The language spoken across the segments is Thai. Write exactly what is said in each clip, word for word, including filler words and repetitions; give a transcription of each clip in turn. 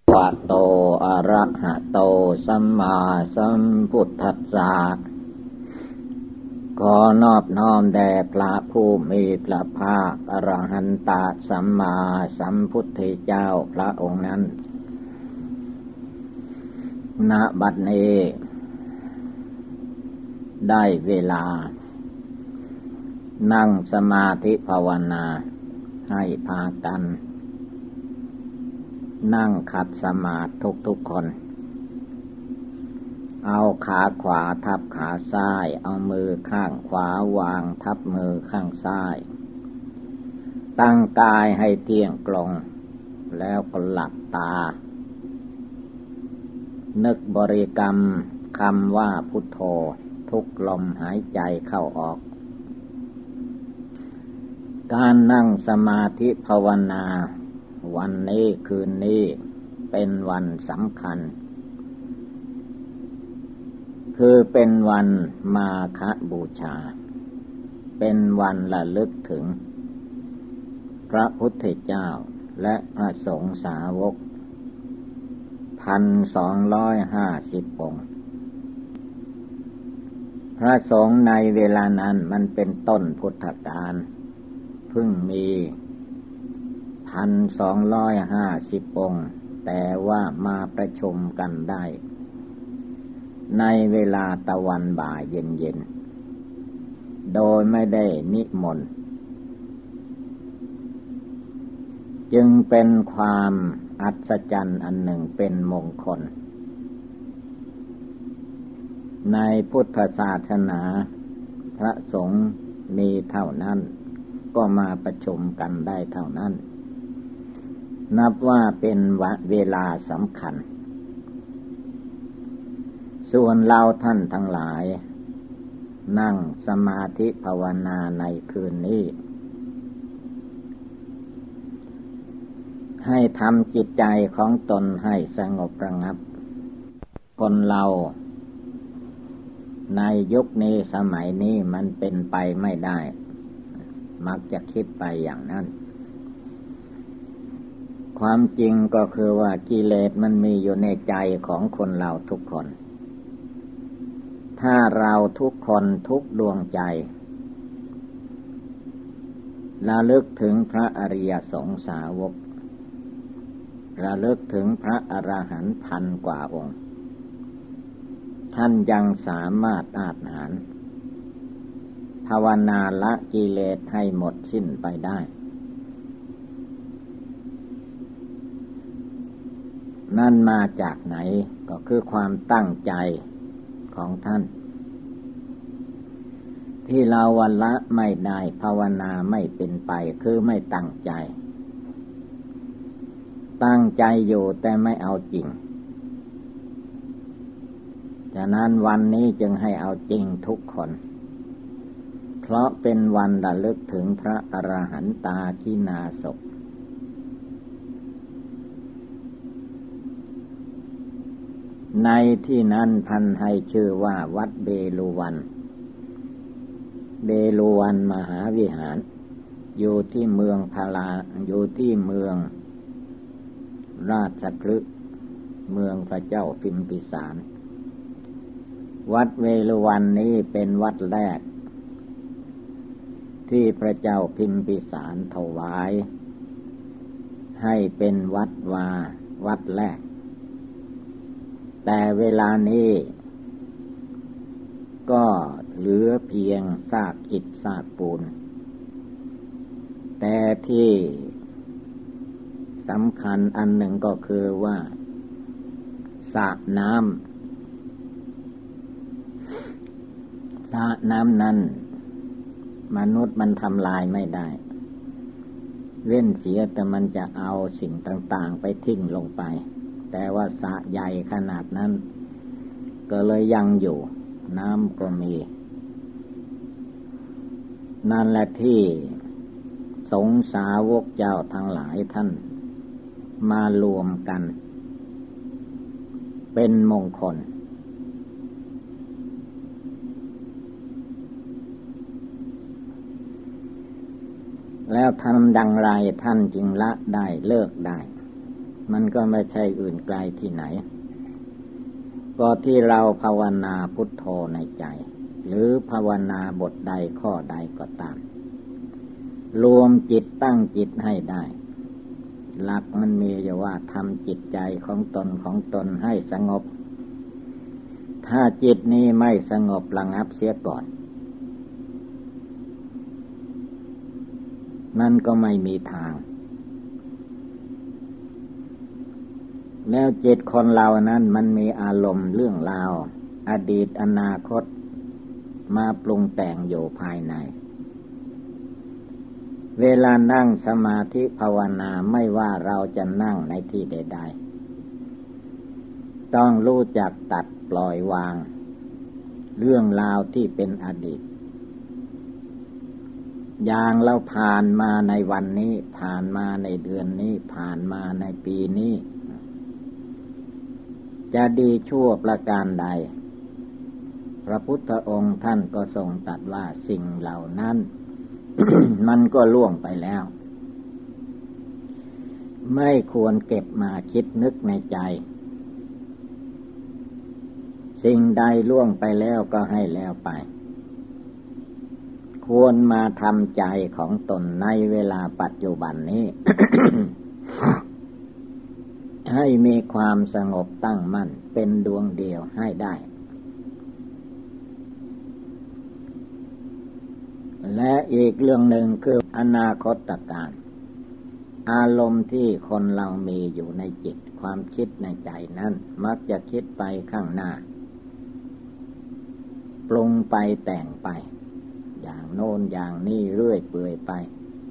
วะโตอะระหะโตสัมมาสัมพุทธัสสะขอนอบน้อมแด่พระผู้มีพระภาคอรหันตสัมมาสัมพุทธเจ้าพระองค์นั้นณบัดนี้ได้เวลานั่งสมาธิภาวนาให้พากันนั่งขัดสมาธิทุกๆคนเอาขาขวาทับขาซ้ายเอามือข้างขวาวางทับมือข้างซ้ายตั้งกายให้เที่ยงตรงแล้วก็หลับตานึกบริกรรมคำว่าพุทโธทุกลมหายใจเข้าออกการนั่งสมาธิภาวนาวันนี้คืนนี้เป็นวันสำคัญคือเป็นวันมาฆบูชาเป็นวันระลึกถึงพระพุทธเจ้าและพระสงฆ์สาวกพันสองร้อยห้าสิบองค์พระสงฆ์ในเวลานั้นมันเป็นต้นพุทธกาลเพิ่งมีพันสองร้อยห้าสิบองค์แต่ว่ามาประชุมกันได้ในเวลาตะวันบ่ายเย็นๆโดยไม่ได้นิมนต์จึงเป็นความอัศจรรย์อันหนึ่งเป็นมงคลในพุทธศาสนาพระสงฆ์มีเท่านั้นก็มาประชุมกันได้เท่านั้นนับว่าเป็นเวลาสำคัญส่วนเราท่านทั้งหลายนั่งสมาธิภาวนาในคืนนี้ให้ทำจิตใจของตนให้สงบระงับคนเราในยุคนี้สมัยนี้มันเป็นไปไม่ได้มักจะคิดไปอย่างนั้นความจริงก็คือว่ากิเลสมันมีอยู่ในใจของคนเราทุกคนถ้าเราทุกคนทุกดวงใจระลึกถึงพระอริยสงสาวกระลึกถึงพระอรหันต์พันกว่าองค์ท่านยังสามารถอาหารภาวนาละกิเลสให้หมดสิ้นไปได้นั่นมาจากไหนก็คือความตั้งใจของท่านที่เราวันละไม่ได้ภาวนาไม่เป็นไปคือไม่ตั้งใจตั้งใจอยู่แต่ไม่เอาจริงฉะนั้นวันนี้จึงให้เอาจริงทุกคนเพราะเป็นวันระลึกถึงพระอรหันตาขีณาสพในที่นั้นท่านให้ชื่อว่าวัดเบลุวันเบลุวันมหาวิหารอยู่ที่เมืองพาราอยู่ที่เมืองราชคฤห์เมืองพระเจ้าพิมพิสารวัดเวลุวันนี้เป็นวัดแรกที่พระเจ้าพิมพิสารถวายให้เป็นวัดวาวัดแรกแต่เวลานี้ก็เหลือเพียงซากอิฐซากปูนแต่ที่สำคัญอันหนึ่งก็คือว่าสระน้ำสระน้ำนั้นมนุษย์มันทำลายไม่ได้เว้นเสียแต่มันจะเอาสิ่งต่างๆไปทิ้งลงไปแต่ว่าสระใหญ่ขนาดนั้นก็เลยยังอยู่น้ำก็มีนั่นแหละที่สงฆ์สาวกเจ้าทั้งหลายท่านมารวมกันเป็นมงคลแล้วทำดังไรท่านจึงละได้เลิกได้มันก็ไม่ใช่อื่นไกลที่ไหนก็ที่เราภาวนาพุทโธในใจหรือภาวนาบทใดข้อใดก็ตามรวมจิตตั้งจิตให้ได้หลักมันมีอยู่ว่าทำจิตใจของตนของตนให้สงบถ้าจิตนี้ไม่สงบระงับเสียก่อนนั่นก็ไม่มีทางแล้วจิตคนเรานั้นมันมีอารมณ์เรื่องราวอดีตอนาคตมาปรุงแต่งอยู่ภายในเวลานั่งสมาธิภาวนาไม่ว่าเราจะนั่งในที่ใดๆต้องรู้จักตัดปล่อยวางเรื่องราวที่เป็นอดีตอย่างเราผ่านมาในวันนี้ผ่านมาในเดือนนี้ผ่านมาในปีนี้จะดีชั่วประการใดพระพุทธองค์ท่านก็ทรงตรัสว่าสิ่งเหล่านั้น มันก็ล่วงไปแล้วไม่ควรเก็บมาคิดนึกในใจสิ่งใดล่วงไปแล้วก็ให้แล้วไปควรมาทำใจของตนในเวลาปัจจุบันนี้ ให้มีความสงบตั้งมั่นเป็นดวงเดียวให้ได้และอีกเรื่องหนึ่งคืออนาคตการอารมณ์ที่คนเรามีอยู่ในจิตความคิดในใจนั้นมักจะคิดไปข้างหน้าปรุงไปแต่งไปอย่างโน้นอย่างนี้เรื่อยเปื่อยไป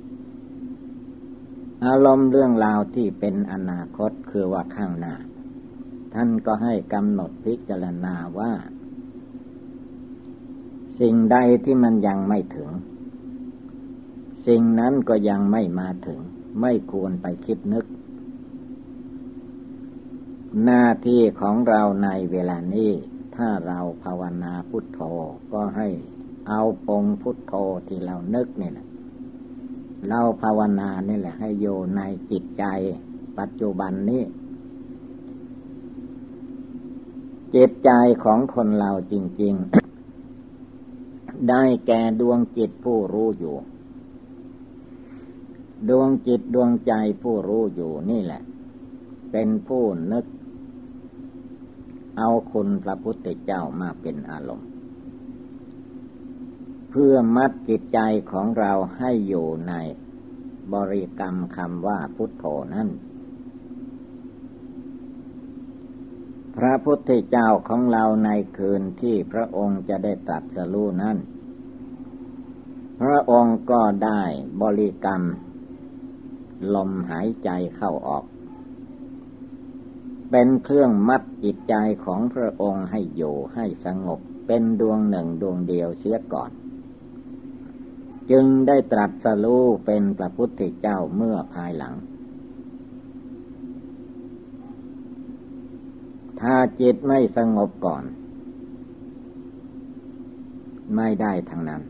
อารมณ์เรื่องราวที่เป็นอนาคตคือว่าข้างหน้าท่านก็ให้กำหนดพิจารณาว่าสิ่งใดที่มันยังไม่ถึงสิ่งนั้นก็ยังไม่มาถึงไม่ควรไปคิดนึกหน้าที่ของเราในเวลานี้ถ้าเราภาวนาพุทโธก็ให้เอาปงพุทโธที่เรานึกนี่แหละเราภาวนานี่แหละให้อยู่ในจิตใจปัจจุบันนี้จิตใจของคนเราจริงๆ ได้แก่ดวงจิตผู้รู้อยู่ดวงจิตดวงใจผู้รู้อยู่นี่แหละเป็นผู้นึกเอาคุณพระพุทธเจ้ามาเป็นอารมณ์เพื่อมัดจิตใจของเราให้อยู่ในบริกรรมคำว่าพุทโธนั้นพระพุทธเจ้าของเราในคืนที่พระองค์จะได้ตรัสรู้นั้นพระองค์ก็ได้บริกรรมลมหายใจเข้าออกเป็นเครื่องมัดจิตใจของพระองค์ให้อยู่ให้สงบเป็นดวงหนึ่งดวงเดียวเสียก่อนจึงได้ตรัสรู้เป็นพระพุทธเจ้าเมื่อภายหลังถ้าจิตไม่สงบก่อนไม่ได้ทั้งนั้น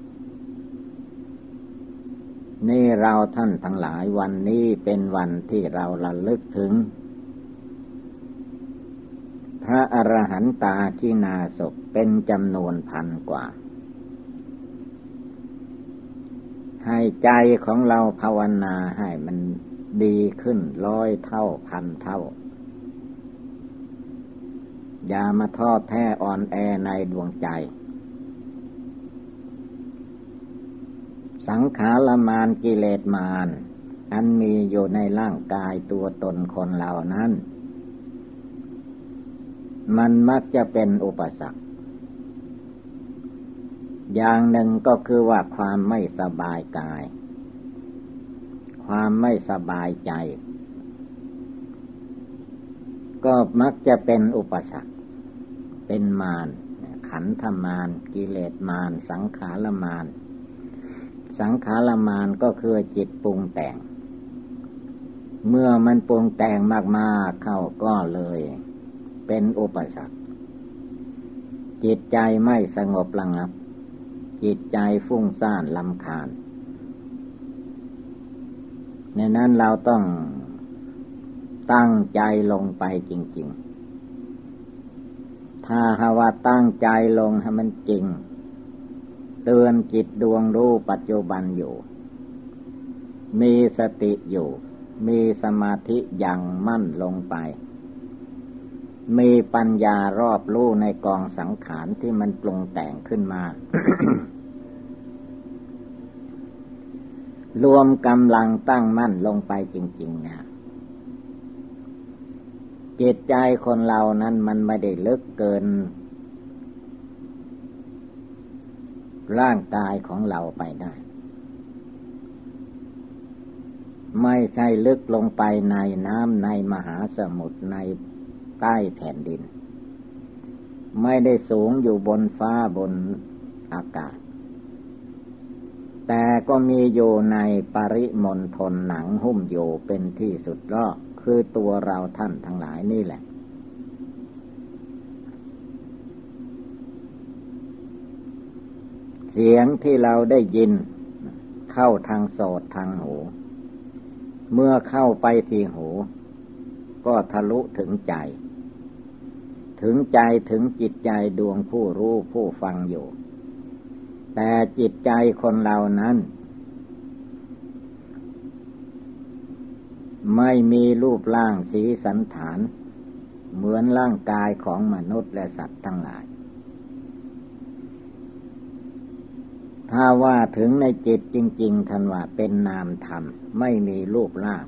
นี่เราท่านทั้งหลายวันนี้เป็นวันที่เราระลึกถึงพระอรหันตาขีณาสพเป็นจำนวนพันกว่าให้ใจของเราภาวนาให้มันดีขึ้นร้อยเท่าพันเท่าอย่ามาท้อแท้อ่อนแอในดวงใจสังขารมารกิเลสมารอันมีอยู่ในร่างกายตัวตนคนเหล่านั้นมันมักจะเป็นอุปสรรคอย่างหนึ่งก็คือว่าความไม่สบายกายความไม่สบายใจก็มักจะเป็นอุปสรรคเป็นมารขันธมารกิเลสมารสังขารมารสังขารมารก็คือจิตปรุงแต่งเมื่อมันปรุงแต่งมากๆเข้าก็เลยเป็นอุปสรรคจิตใจไม่สงบระงับจิตใจฟุ้งซ่านรำคาญในนั้นเราต้องตั้งใจลงไปจริงๆถ้าหาว่าตั้งใจลงให้มันจริงเตือนจิตดวงรู้ปัจจุบันอยู่มีสติอยู่มีสมาธิอย่างมั่นลงไปมีปัญญารอบรู้ในกองสังขารที่มันปรุงแต่งขึ้นมา รวมกำลังตั้งมั่นลงไปจริงๆนะจิตใจคนเรานั้นมันไม่ได้ลึกเกินร่างกายของเราไปได้ไม่ใช่ลึกลงไปในน้ำในมหาสมุทรในใต้แผ่นดินไม่ได้สูงอยู่บนฟ้าบนอากาศแต่ก็มีอยู่ในปริมณฑลหนังหุ้มอยู่เป็นที่สุดรอบคือตัวเราท่านทั้งหลายนี่แหละเสียงที่เราได้ยินเข้าทางโสตทางหูเมื่อเข้าไปที่หูก็ทะลุถึงใจถึงใจถึงจิตใจดวงผู้รู้ผู้ฟังอยู่แต่จิตใจคนเรานั้นไม่มีรูปร่างสีสันฐานเหมือนร่างกายของมนุษย์และสัตว์ทั้งหลายถ้าว่าถึงในจิตจริงๆท่านว่าเป็นนามธรรมไม่มีรูปร่าง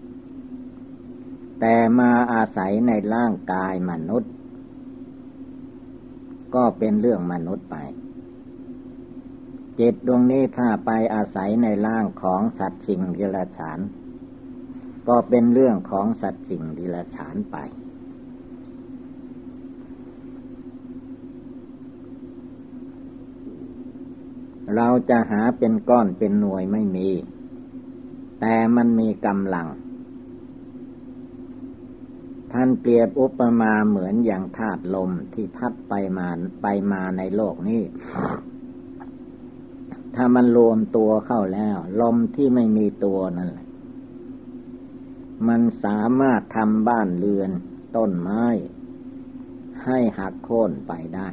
แต่มาอาศัยในร่างกายมนุษย์ก็เป็นเรื่องมนุษย์ไปจิตดวงนี้ถ้าไปอาศัยในร่างของสัตว์สิ่งเดรัจฉานก็เป็นเรื่องของสัตว์สิ่งเดรัจฉานไปเราจะหาเป็นก้อนเป็นหน่วยไม่มีแต่มันมีกำลังท่านเปรียบอุปมาเหมือนอย่างธาตุลมที่พัดไปมาไปมาในโลกนี้ถ้ามันรวมตัวเข้าแล้วลมที่ไม่มีตัวนั่นแหละมันสามารถทำบ้านเรือนต้นไม้ให้หักโค่นไปได้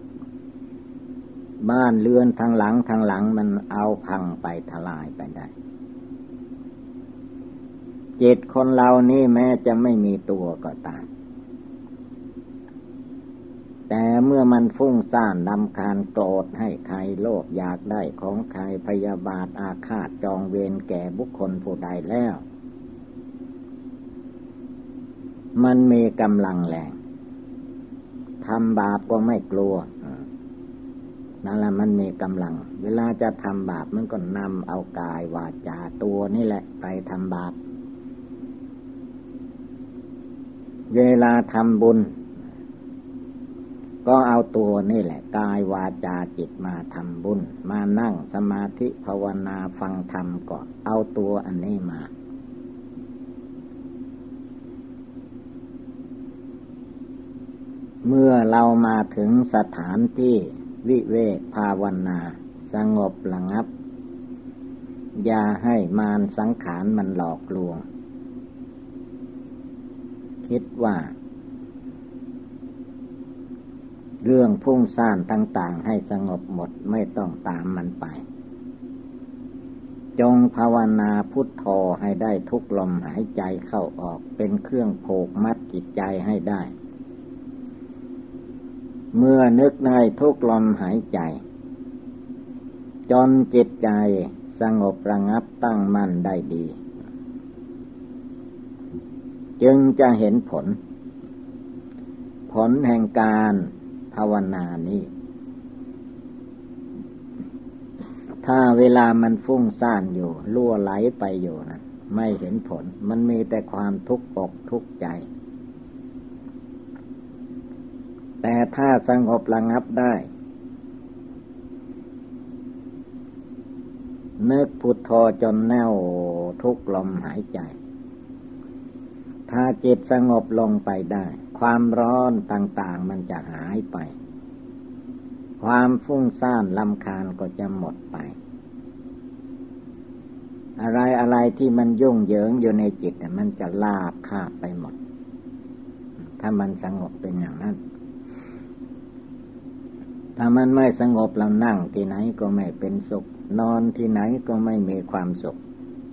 บ้านเรือนทางหลังทางหลังมันเอาพังไปทลายไปได้จิตคนเรานี่แม้จะไม่มีตัวก็ตามแต่เมื่อมันฟุ้งซ่านรำคาญโกรธให้ใครโลภอยากได้ของใครพยาบาทอาฆาตจองเวรแก่บุคคลผู้ใดแล้วมันมีกำลังแรงทำบาปก็ไม่กลัวนั่นแหละมันมีกำลังเวลาจะทำบาปมันก็นำเอากายวาจาตัวนี่แหละไปทำบาปเวลาทำบุญก็เอาตัวนี่แหละกายวาจาจิตมาทำบุญมานั่งสมาธิภาวนาฟังธรรมก่อนเอาตัวอันนี้มาเมื่อเรามาถึงสถานที่วิเวกภาวนาสงบระงับอย่าให้มารสังขารมันหลอกลวงคิดว่าเรื่องพุ่งซ่านต่างๆให้สงบหมดไม่ต้องตามมันไปจงภาวนาพุทโธให้ได้ทุกลมหายใจเข้าออกเป็นเครื่องผูกมัดจิตใจให้ได้เมื่อนึกได้ทุกลมหายใจจนจิตใจสงบระงับตั้งมั่นได้ดีจึงจะเห็นผลผลแห่งการภาวนานี้ถ้าเวลามันฟุ้งซ่านอยู่ล่วไหลไปอยู่นะไม่เห็นผลมันมีแต่ความทุกข์อกทุกข์ใจแต่ถ้าสงบระงับได้นึกพุทโธจนแน่วทุกลมหายใจถ้าจิตสงบลงไปได้ความร้อนต่างๆมันจะหายไปความฟุ้งซ่านรำคาญก็จะหมดไปอะไรอะไรที่มันยุ่งเหยิงอยู่ในจิตมันจะลาบคาบไปหมดถ้ามันสงบเป็นอย่างนั้นถ้ามันไม่สงบเรานั่งที่ไหนก็ไม่เป็นสุขนอนที่ไหนก็ไม่มีความสุข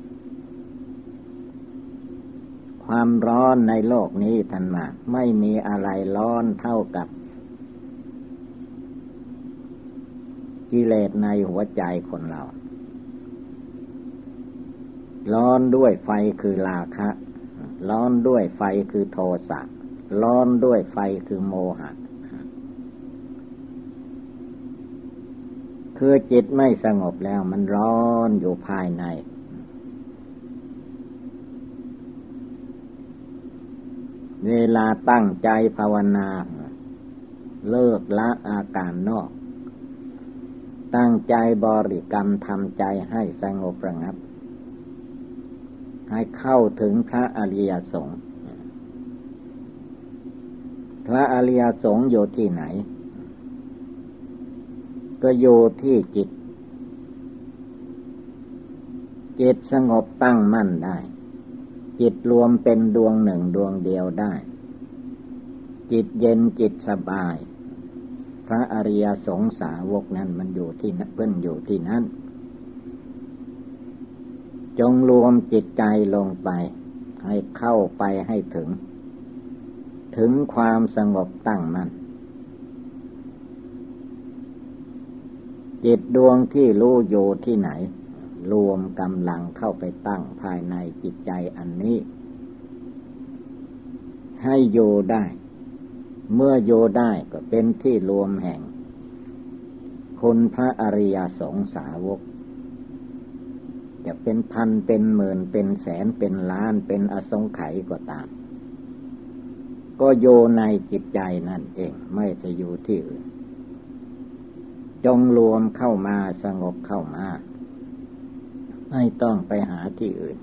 ความร้อนในโลกนี้ท่านว่าไม่มีอะไรร้อนเท่ากับกิเลสในหัวใจคนเราร้อนด้วยไฟคือราคะร้อนด้วยไฟคือโทสะร้อนด้วยไฟคือโมหะคือจิตไม่สงบแล้วมันร้อนอยู่ภายในเวลาตั้งใจภาวนาเลิกละอาการนอกตั้งใจบริกรรมทำใจให้สงบระงับให้เข้าถึงพระอริยสงฆ์พระอริยสงฆ์อยู่ที่ไหนก็อยู่ที่จิตจิตสงบตั้งมั่นได้จิตรวมเป็นดวงหนึ่งดวงเดียวได้จิตเย็นจิตสบายพระอริยสงฆ์สาวกนั้นมันอยู่ที่นั่นเพิ่นอยู่ที่นั่นจงรวมจิตใจลงไปให้เข้าไปให้ถึงถึงความสงบตั้งมั่นจิตดวงที่รู้อยู่ที่ไหนรวมกำลังเข้าไปตั้งภายในจิตใจอันนี้ให้อยู่ได้เมื่ออยู่ได้ก็เป็นที่รวมแห่งคุณพระอริยสงฆ์สาวกจะเป็นพันเป็นหมื่นเป็นแสนเป็นล้านเป็นอสงไขยก็ตามก็อยู่ในจิตใจนั่นเองไม่จะอยู่ที่อื่นจงรวมเข้ามาสงบเข้ามาไม่ต้องไปหาที่อื่น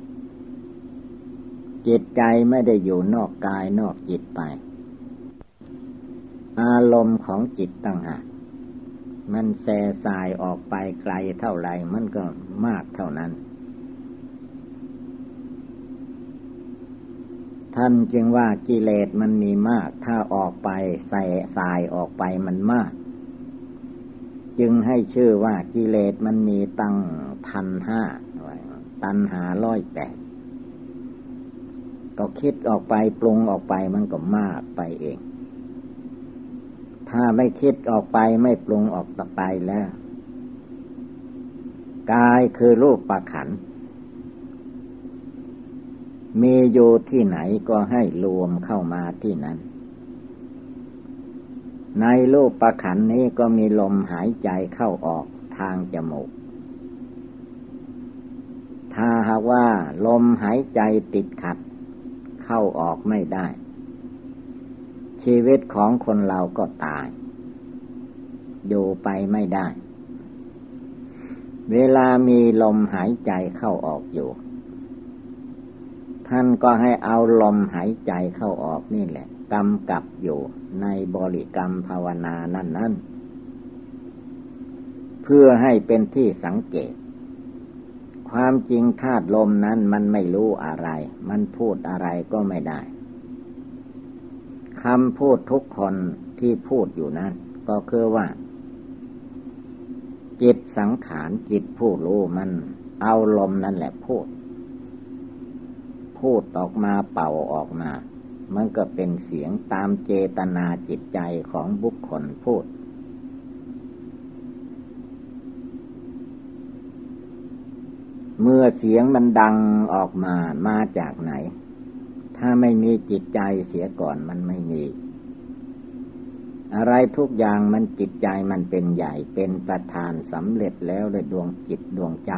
จิตใจไม่ได้อยู่นอกกายนอกจิตไปอารมณ์ของจิตต่างหากมันแส่สายออกไปไกลเท่าไรมันก็มากเท่านั้นท่านจึงว่ากิเลสมันมีมากถ้าออกไปแส่สายออกไปมันมากจึงให้ชื่อว่ากิเลสมันมีตั้งพันห้าตัณหาร้อยแปดก็คิดออกไปปรุงออกไปมันก็มากไปเองถ้าไม่คิดออกไปไม่ปรุงออกไปแล้วกายคือรูปขันธ์มีอยู่ที่ไหนก็ให้รวมเข้ามาที่นั้นในรูปขันธ์นี้ก็มีลมหายใจเข้าออกทางจมูกถ้าหากว่าลมหายใจติดขัดเข้าออกไม่ได้ชีวิตของคนเราก็ตายอยู่ไปไม่ได้เวลามีลมหายใจเข้าออกอยู่ท่านก็ให้เอาลมหายใจเข้าออกนี่แหละกำกับอยู่ในบริกรรมภาวนานั้นๆเพื่อให้เป็นที่สังเกตความจริงธาตุลมนั้นมันไม่รู้อะไรมันพูดอะไรก็ไม่ได้คำพูดทุกคนที่พูดอยู่นั้นก็คือว่าจิตสังขารจิตผู้รู้มันเอาลมนั่นแหละพูดพูดออกมาเป่าออกมามันก็เป็นเสียงตามเจตนาจิตใจของบุคคลพูดเมื่อเสียงมันดังออกมามาจากไหนถ้าไม่มีจิตใจเสียก่อนมันไม่มีอะไรทุกอย่างมันจิตใจมันเป็นใหญ่เป็นประธานสำเร็จแล้วด้วยดวงจิตดวงใจ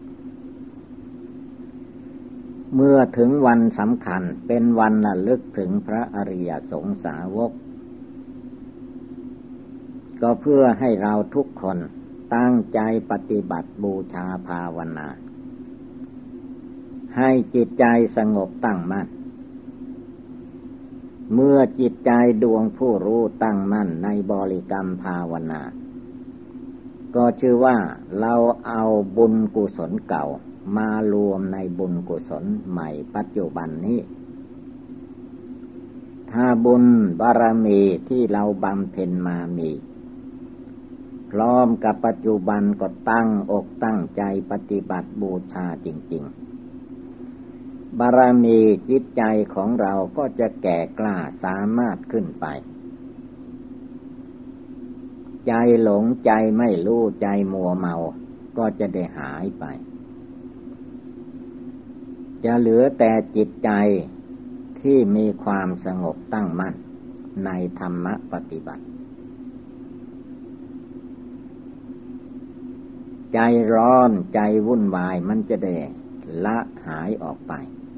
เมื่อถึงวันสำคัญเป็นวันระลึกถึงพระอริยสงฆ์สาวกก็เพื่อให้เราทุกคนตั้งใจปฏิบัติบูชาภาวนาให้จิตใจสงบตั้งมั่นเมื่อจิตใจดวงผู้รู้ตั้งมั่นในบริกรรมภาวนาก็ชื่อว่าเราเอาบุญกุศลเก่ามารวมในบุญกุศลใหม่ปัจจุบันนี้ถ้าบุญบารมีที่เราบำเพ็ญมามีพร้อมกับปัจจุบันก็ตั้งอกตั้งใจปฏิบัติบูชาจริงๆบารมีจิตใจของเราก็จะแก่กล้าสามารถขึ้นไปใจหลงใจไม่รู้ใจมัวเมาก็จะได้หายไปจะเหลือแต่จิตใจที่มีความสงบตั้งมั่นในธรรมปฏิบัติใจร้อนใจวุ่นวายมันจะได้ละหายออกไป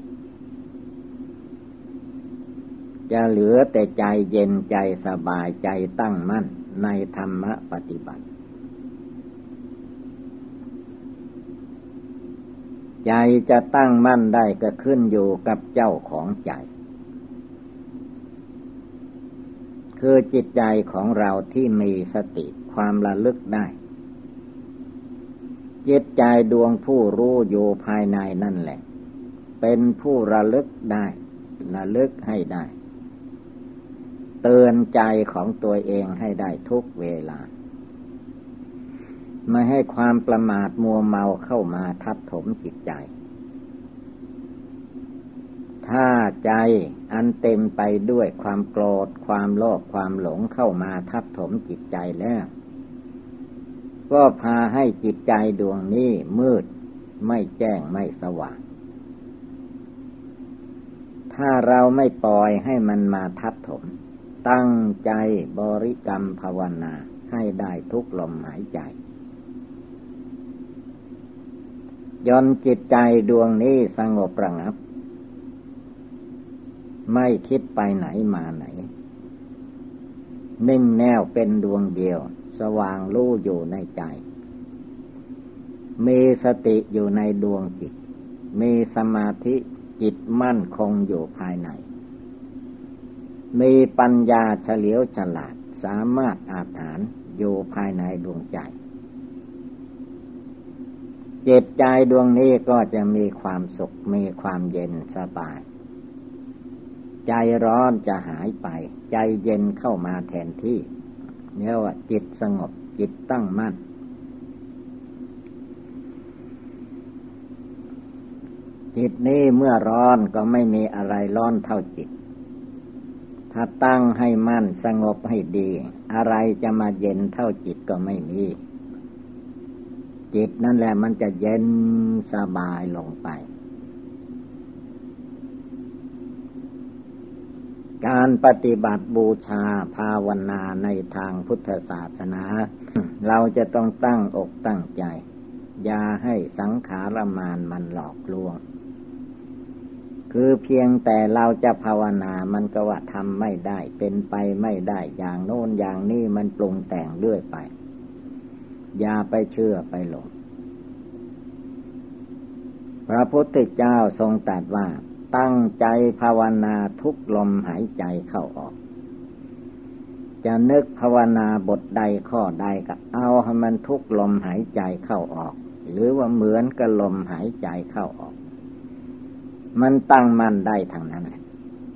จะเหลือแต่ใจเย็นใจสบายใจตั้งมั่นในธรรมปฏิบัติใจจะตั้งมั่นได้ก็ขึ้นอยู่กับเจ้าของใจคือจิตใจของเราที่มีสติความระลึกได้จิตใจดวงผู้รู้อยู่ภายในนั่นแหละเป็นผู้ระลึกได้ระลึกให้ได้เตือนใจของตัวเองให้ได้ทุกเวลาไม่ให้ความประมาทมัวเมาเข้ามาทับถมจิตใจถ้าใจอันเต็มไปด้วยความโกรธความโลภความหลงเข้ามาทับถมจิตใจแล้วก็พาให้จิตใจดวงนี้มืดไม่แจ้งไม่สว่างถ้าเราไม่ปล่อยให้มันมาทับถมตั้งใจบริกรรมภาวนาให้ได้ทุกลมหายใจจนจิตใจดวงนี้สงบระงับไม่คิดไปไหนมาไหนนิ่งแน่วเป็นดวงเดียวสว่างรู้อยู่ในใจมีสติอยู่ในดวงจิตมีสมาธิจิตมั่นคงอยู่ภายในมีปัญญาเฉลียวฉลาดสามารถอาถรรพ์อยู่ภายในดวงใจจิตใจดวงนี้ก็จะมีความสุขมีความเย็นสบายใจร้อนจะหายไปใจเย็นเข้ามาแทนที่เรียกว่าจิตสงบจิตตั้งมั่นจิตนี้เมื่อร้อนก็ไม่มีอะไรร้อนเท่าจิตถ้าตั้งให้มั่นสงบให้ดีอะไรจะมาเย็นเท่าจิตก็ไม่มีจิตนั่นแหละมันจะเย็นสบายลงไปการปฏิบัติบูชาภาวนาในทางพุทธศาสนาเราจะต้องตั้งอกตั้งใจอย่าให้สังขารมารมันหลอกลวงคือเพียงแต่เราจะภาวนามันก็ว่าทำไม่ได้เป็นไปไม่ได้อย่างโน้นอย่างนี้มันปรุงแต่งเรื่อยไปอย่าไปเชื่อไปหลงพระพุทธเจ้าทรงตรัสว่าตั้งใจภาวนาทุกลมหายใจเข้าออกจะนึกภาวนาบทใดข้อใดก็เอาให้มันทุกลมหายใจเข้าออกหรือว่าเหมือนกับลมหายใจเข้าออกมันตั้งมั่นได้ทางนั้นแหละ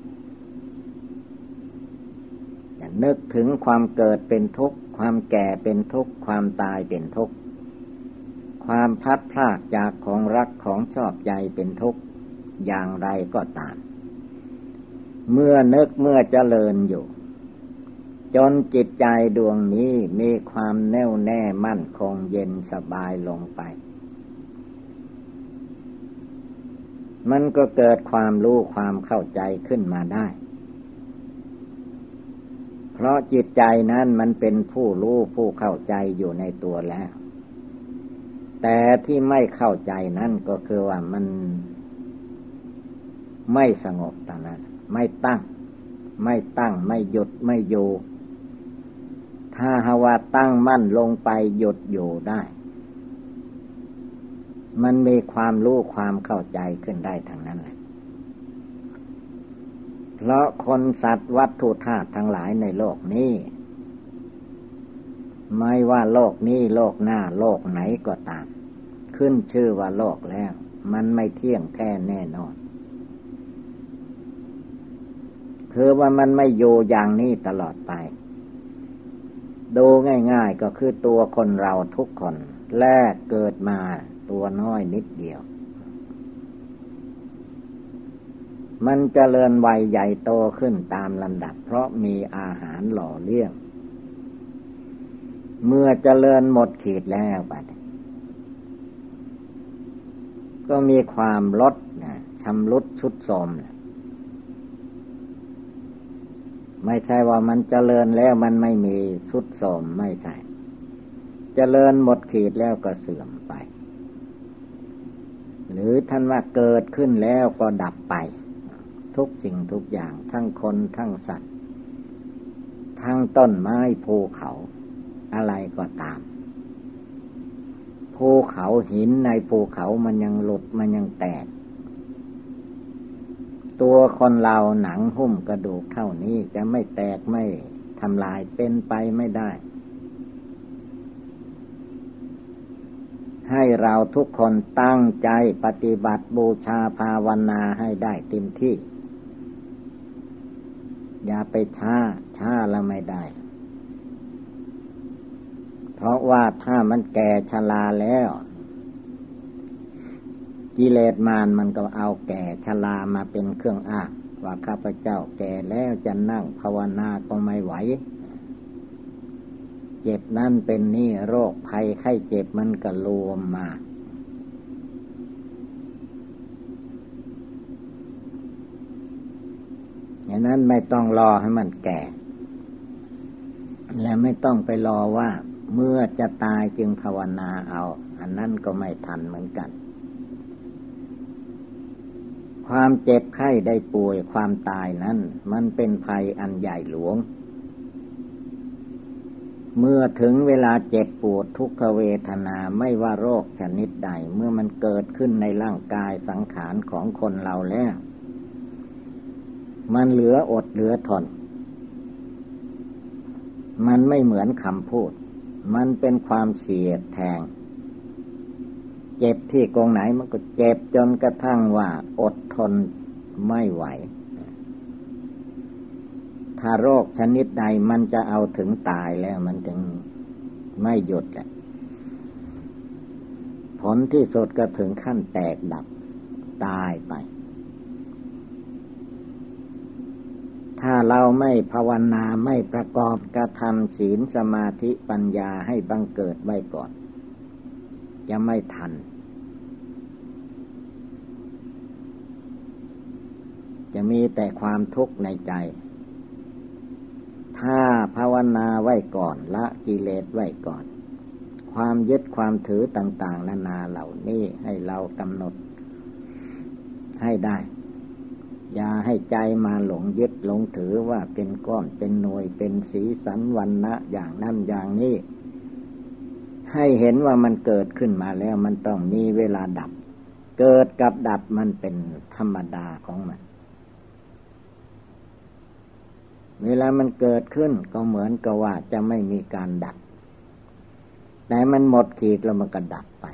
จะนึกถึงความเกิดเป็นทุกข์ความแก่เป็นทุกข์ความตายเป็นทุกข์ความพลัดพรากจากของรักของชอบใจเป็นทุกข์อย่างไรก็ตามเมื่อนึกเมื่อเจริญอยู่จนจิตใจดวงนี้มีความแน่วแน่มั่นคงเย็นสบายลงไปมันก็เกิดความรู้ความเข้าใจขึ้นมาได้เพราะจิตใจนั้นมันเป็นผู้รู้ผู้เข้าใจอยู่ในตัวแล้วแต่ที่ไม่เข้าใจนั้นก็คือว่ามันไม่สงบตอนนั้นไม่ตั้งไม่ตั้งไม่หยุดไม่อยู่ถ้าหาว่าตั้งมั่นลงไปหยุดอยู่ได้มันมีความรู้ความเข้าใจขึ้นได้ทั้งนั้นแหละเพราะคนสัตว์วัตถุธาตุทั้งหลายในโลกนี้ไม่ว่าโลกนี้โลกหน้าโลกไหนก็ตาม คขึ้นชื่อว่าโลกแล้วมันไม่เที่ยงแท้แน่นอนคือว่ามันไม่อยู่อย่างนี้ตลอดไปดูง่ายๆก็คือตัวคนเราทุกคนแรกเกิดมาตัวน้อยนิดเดียวมันเจริญวัยใหญ่โตขึ้นตามลำดับเพราะมีอาหารหล่อเลี้ยงเมื่อเจริญหมดขีดแล้วบัดก็มีความลดนะชำรุดทรุดโทรมนะไม่ใช่ว่ามันเจริญแล้วมันไม่มีทรุดโทรมไม่ใช่เจริญหมดขีดแล้วก็เสื่อมไปหรือท่านว่าเกิดขึ้นแล้วก็ดับไปทุกสิ่งทุกอย่างทั้งคนทั้งสัตว์ทั้งต้นไม้ภูเขาอะไรก็ตามภูเขาหินในภูเขามันยังหลุดมันยังแตกตัวคนเราหนังหุ้มกระดูกเท่านี้จะไม่แตกไม่ทำลายเป็นไปไม่ได้ให้เราทุกคนตั้งใจปฏิบัติบูชาภาวนาให้ได้เต็มที่อย่าไปช้าช้าแล้วไม่ได้เพราะว่าถ้ามันแก่ชราแล้วกิเลสมารมันก็เอาแก่ชรามาเป็นเครื่องอ้างว่าข้าพเจ้าแก่แล้วจะนั่งภาวนาก็ไม่ไหวเจ็บนั่นเป็นนี่โรคภัยไข้เจ็บมันก็รวมมาอย่างนั้นไม่ต้องรอให้มันแก่และไม่ต้องไปรอว่าเมื่อจะตายจึงภาวนาเอาอันนั้นก็ไม่ทันเหมือนกันความเจ็บไข้ได้ป่วยความตายนั้นมันเป็นภัยอันใหญ่หลวงเมื่อถึงเวลาเจ็บปวดทุกขเวทนาไม่ว่าโรคชนิดใดเมื่อมันเกิดขึ้นในร่างกายสังขารของคนเราแล้วมันเหลืออดเหลือทนมันไม่เหมือนคำพูดมันเป็นความเสียดแทงเจ็บที่ตรงไหนมันก็เจ็บจนกระทั่งว่าอดทนไม่ไหวถ้าโรคชนิดใดมันจะเอาถึงตายแล้วมันถึงไม่หยุดแหละผลที่สุดก็ถึงขั้นแตกดับตายไปถ้าเราไม่ภาวนาไม่ประกอบกระทำศีลสมาธิปัญญาให้บังเกิดไว้ก่อนจะไม่ทันจะมีแต่ความทุกข์ในใจถ้าภาวนาไว้ก่อนละกิเลสไว้ก่อนความยึดความถือต่างๆนานาเหล่านี้ให้เรากำหนดให้ได้อย่าให้ใจมาหลงยึดหลงถือว่าเป็นก้อนเป็นหน่วยเป็นสีสันวรรณะอย่างนั้นอย่างนี้ให้เห็นว่ามันเกิดขึ้นมาแล้วมันต้องมีเวลาดับเกิดกับดับมันเป็นธรรมดาของมันเวลามันเกิดขึ้นก็เหมือนกับว่าจะไม่มีการดับแต่มันหมดขีดแล้วมันก็ดับไป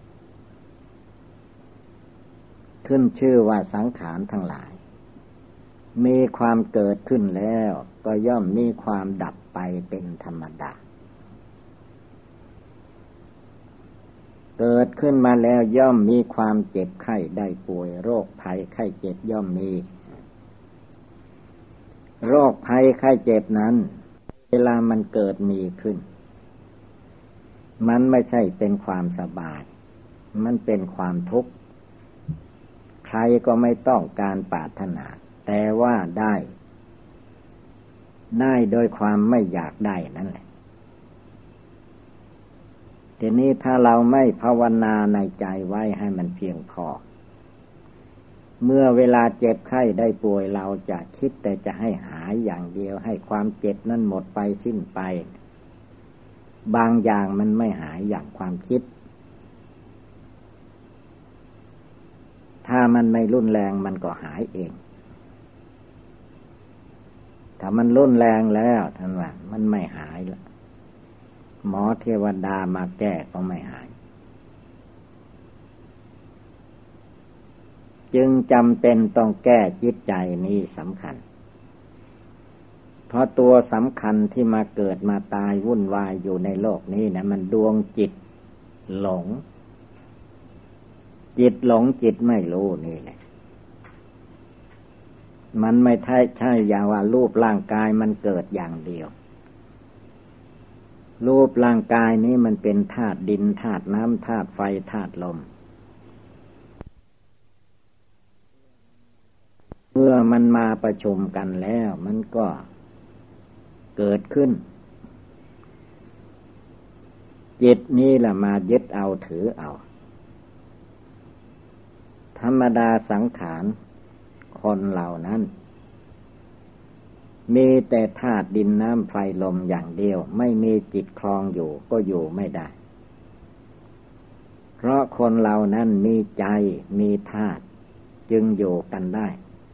ขึ้นชื่อว่าสังขารทั้งหลายมีความเกิดขึ้นแล้วก็ย่อมมีความดับไปเป็นธรรมดาเกิดขึ้นมาแล้วย่อมมีความเจ็บไข้ได้ป่วยโรคภัยไข้เจ็บย่อมมีโรคภัยไข้เจ็บนั้นเวลามันเกิดมีขึ้นมันไม่ใช่เป็นความสบายมันเป็นความทุกข์ใครก็ไม่ต้องการปรารถนาแต่ว่าได้ได้โดยความไม่อยากได้นั่นแหละทีนี้ถ้าเราไม่ภาวนาในใจไว้ให้มันเพียงพอเมื่อเวลาเจ็บไข้ได้ป่วยเราจะคิดแต่จะให้หายอย่างเดียวให้ความเจ็บนั้นหมดไปสิ้นไปบางอย่างมันไม่หายอย่างความคิดถ้ามันไม่รุนแรงมันก็หายเองถ้ามันรุนแรงแล้วท่านว่ามันไม่หายละหมอเทวดามาแก้ก็ไม่หายจึงจำเป็นต้องแก้จิตใจนี้สำคัญเพราะตัวสำคัญที่มาเกิดมาตายวุ่นวายอยู่ในโลกนี้นะมันดวงจิตหลงจิตหลงจิตไม่รู้นี่แหละมันไม่ใช่ใช่อย่างว่ารูปร่างกายมันเกิดอย่างเดียวรูปร่างกายนี้มันเป็นธาตุดินธาตุน้ำธาตุไฟธาตุลมเมื่อมันมาประชุมกันแล้วมันก็เกิดขึ้นจิตนี้แหละมายึดเอาถือเอาธรรมดาสังขารคนเหล่านั้นมีแต่ธาตุดินน้ำไฟลมอย่างเดียวไม่มีจิตครองอยู่ก็อยู่ไม่ได้เพราะคนเหล่านั้นมีใจมีธาตุจึงอยู่กันได้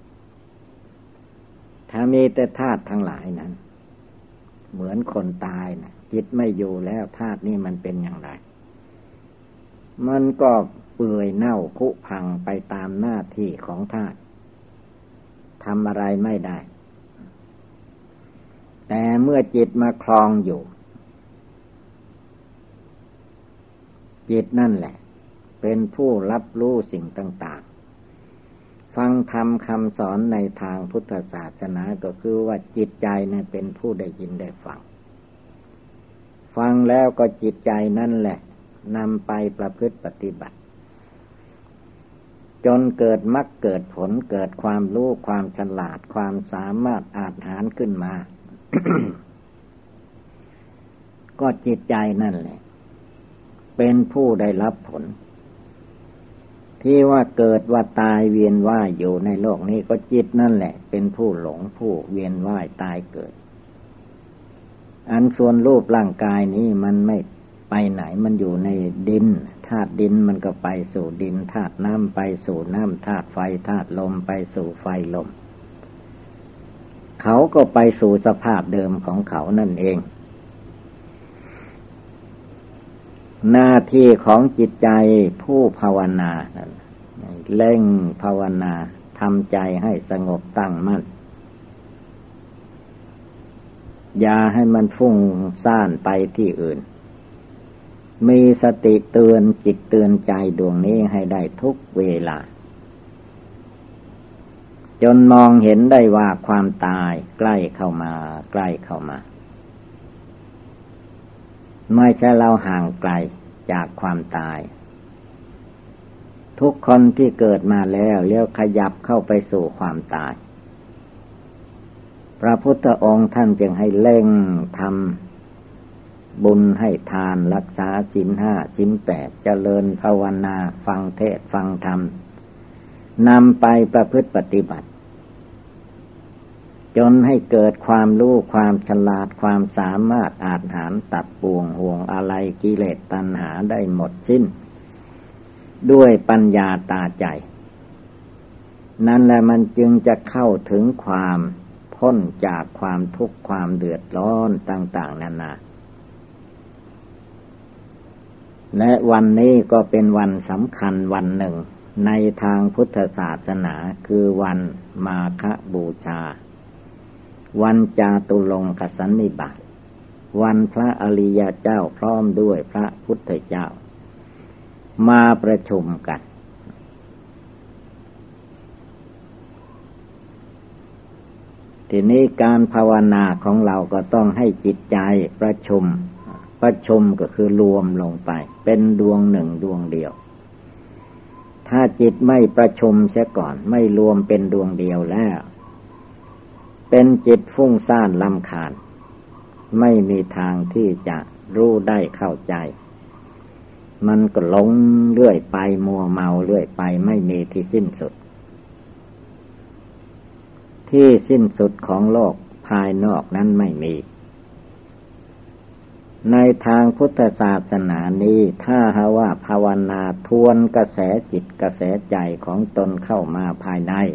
ถ้ามีแต่ธาตุทั้งหลายนั้นเหมือนคนตายนะจิตไม่อยู่แล้วธาตุนี่มันเป็นอย่างไรมันก็เปื่อยเน่าผุพังไปตามหน้าที่ของธาตุทำอะไรไม่ได้แต่เมื่อจิตมาครองอยู่จิตนั่นแหละเป็นผู้รับรู้สิ่งต่างๆฟังธรรมคำสอนในทางพุทธศาสนาก็คือว่าจิตใจเนี่ยเป็นผู้ได้ยินได้ฟังฟังแล้วก็จิตใจนั่นแหละนำไปประพฤติปฏิบัติจนเกิดมรรคเกิดผลเกิดความรู้ความฉลาดความสามารถอาจหารขึ้นมา ก็จิตใจนั่นแหละเป็นผู้ได้รับผลที่ว่าเกิดว่าตายเวียนว่ายอยู่ในโลกนี้ก็จิตนั่นแหละเป็นผู้หลงผู้เวียนว่ายตายเกิดอันส่วนรูปร่างกายนี้มันไม่ไปไหนมันอยู่ในดินธาตุดินมันก็ไปสู่ดินธาตุน้ำไปสู่น้ำธาตุไฟธาตุลมไปสู่ไฟลมเขาก็ไปสู่สภาพเดิมของเขานั่นเองหน้าที่ของจิตใจผู้ภาวนาเร่งภาวนาทำใจให้สงบตั้งมั่นอย่าให้มันฟุ้งซ่านไปที่อื่นมีสติเตือนจิตเตือนใจดวงนี้ให้ได้ทุกเวลาจนมองเห็นได้ว่าความตายใกล้เข้ามาใกล้เข้ามาไม่ใช่เราห่างไกลจากความตายทุกคนที่เกิดมาแล้วเลี้ยวขยับเข้าไปสู่ความตายพระพุทธองค์ท่านจึงให้เร่งทำบุญให้ทานรักษาศีลห้าศีลแปดเจริญภาวนาฟังเทศน์ฟังธรรมนำไปประพฤติปฏิบัติจนให้เกิดความรู้ความฉลาดความสามารถอาจหารตัดปวงห่วงอะไรกิเลสตัณหาได้หมดสิ้นด้วยปัญญาตาใจนั่นแหละมันจึงจะเข้าถึงความพ้นจากความทุกข์ความเดือดร้อนต่างๆนานาและวันนี้ก็เป็นวันสำคัญวันหนึ่งในทางพุทธศาสนาคือวันมาฆบูชาวันจาตุรงคสันนิบาตวันพระอริยเจ้าพร้อมด้วยพระพุทธเจ้ามาประชุมกันทีนี้การภาวนาของเราก็ต้องให้จิตใจประชุมประชุมก็คือรวมลงไปเป็นดวงหนึ่งดวงเดียวถ้าจิตไม่ประชุมเสียก่อนไม่รวมเป็นดวงเดียวแล้วเป็นจิตฟุ้งซ่านรำคาญไม่มีทางที่จะรู้ได้เข้าใจมันก็หลงเรื่อยไปมัวเมาเรื่อยไปไม่มีที่สิ้นสุดที่สิ้นสุดของโลกภายนอกนั้นไม่มีในทางพุทธศาสนานี้ถ้าหาว่าภาวนาทวนกระแสจิตกระแสใจของตนเข้ามาภายใน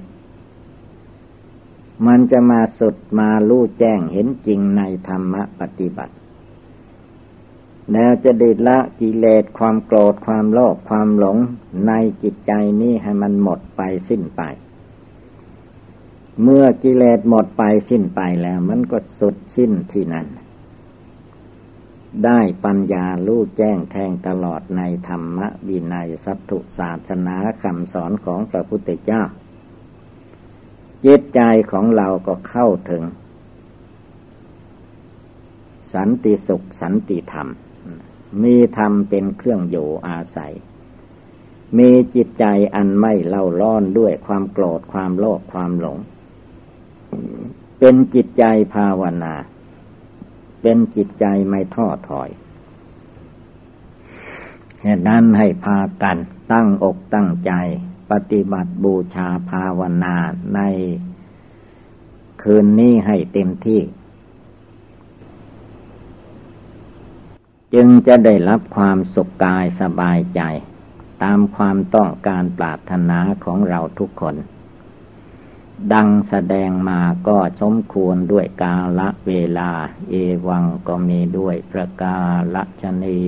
มันจะมาสุดมารู้แจ้งเห็นจริงในธรรมปฏิบัติแล้วจะได้ละกิเลสความโกรธความโลภความหลงในจิตใจนี้ให้มันหมดไปสิ้นไปเมื่อกิเลสหมดไปสิ้นไปแล้วมันก็สุดสิ้นที่นั้นได้ปัญญารู้แจ้งแทงตลอดในธรรมวินัยสัตถุศาสนาคำสอนของพระพุทธเจ้าจิตใจของเราก็เข้าถึงสันติสุขสันติธรรมมีธรรมเป็นเครื่องอยู่อาศัยมีจิตใจอันไม่เล่าร้อนด้วยความโกรธความโลภความหลงเป็นจิตใจภาวนาเป็นจิตใจไม่ท้อถอยเหตุนั้นให้พากันตั้งอกตั้งใจปฏิบัติบูชาภาวนาในคืนนี้ให้เต็มที่จึงจะได้รับความสุขกายสบายใจตามความต้องการปรารถนาของเราทุกคนดังแสดงมาก็สมควรด้วยกาลเวลาเอวังก็มีด้วยประกาศนี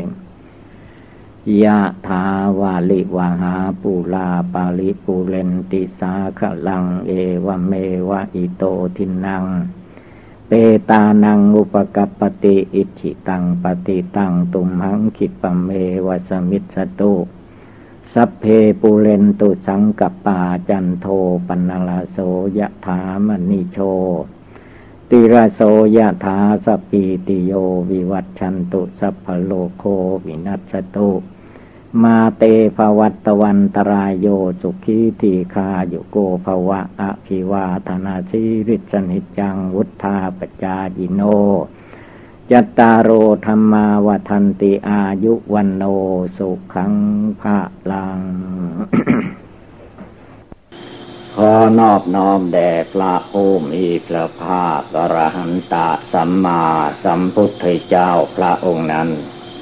ยะถาวาลิวหาปูลาปาลิปูเรนติสาขลังเอวเมวะอิโตทินังเปตานังอุปกัปปติอิทิตังปฏิตังตุมหังคิปะเมวะสมิจฉตุสัพเพปูเรนตุสังกัปปาจันโทปนลาโสยะถามณิโชติระโสยะถาสัพพิติโยวิวัชชันตุสัพพโลกโควินัสสตุมาเตภวัตวันตรายโยสุขีทีคาโยโกภวะอภิวาทนาสิริสนิจังวุธาปจายิโนจัตตารโอธรรมาวทันติอายุวันโนสุขังภะลัง ขอนอบน้อมแด่พระผู้มีพระภาคอรหันตสัมมาสัมพุทธเจ้าพระองค์นั้น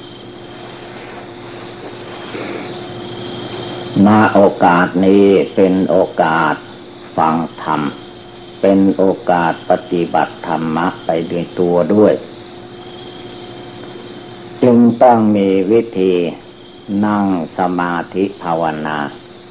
ณโอกาสนี้เป็นโอกาสฟังธรรมเป็นโอกาสปฏิบัติธรรมะไปด้วยตัวด้วยจึงต้องมีวิธีนั่งสมาธิภาวนา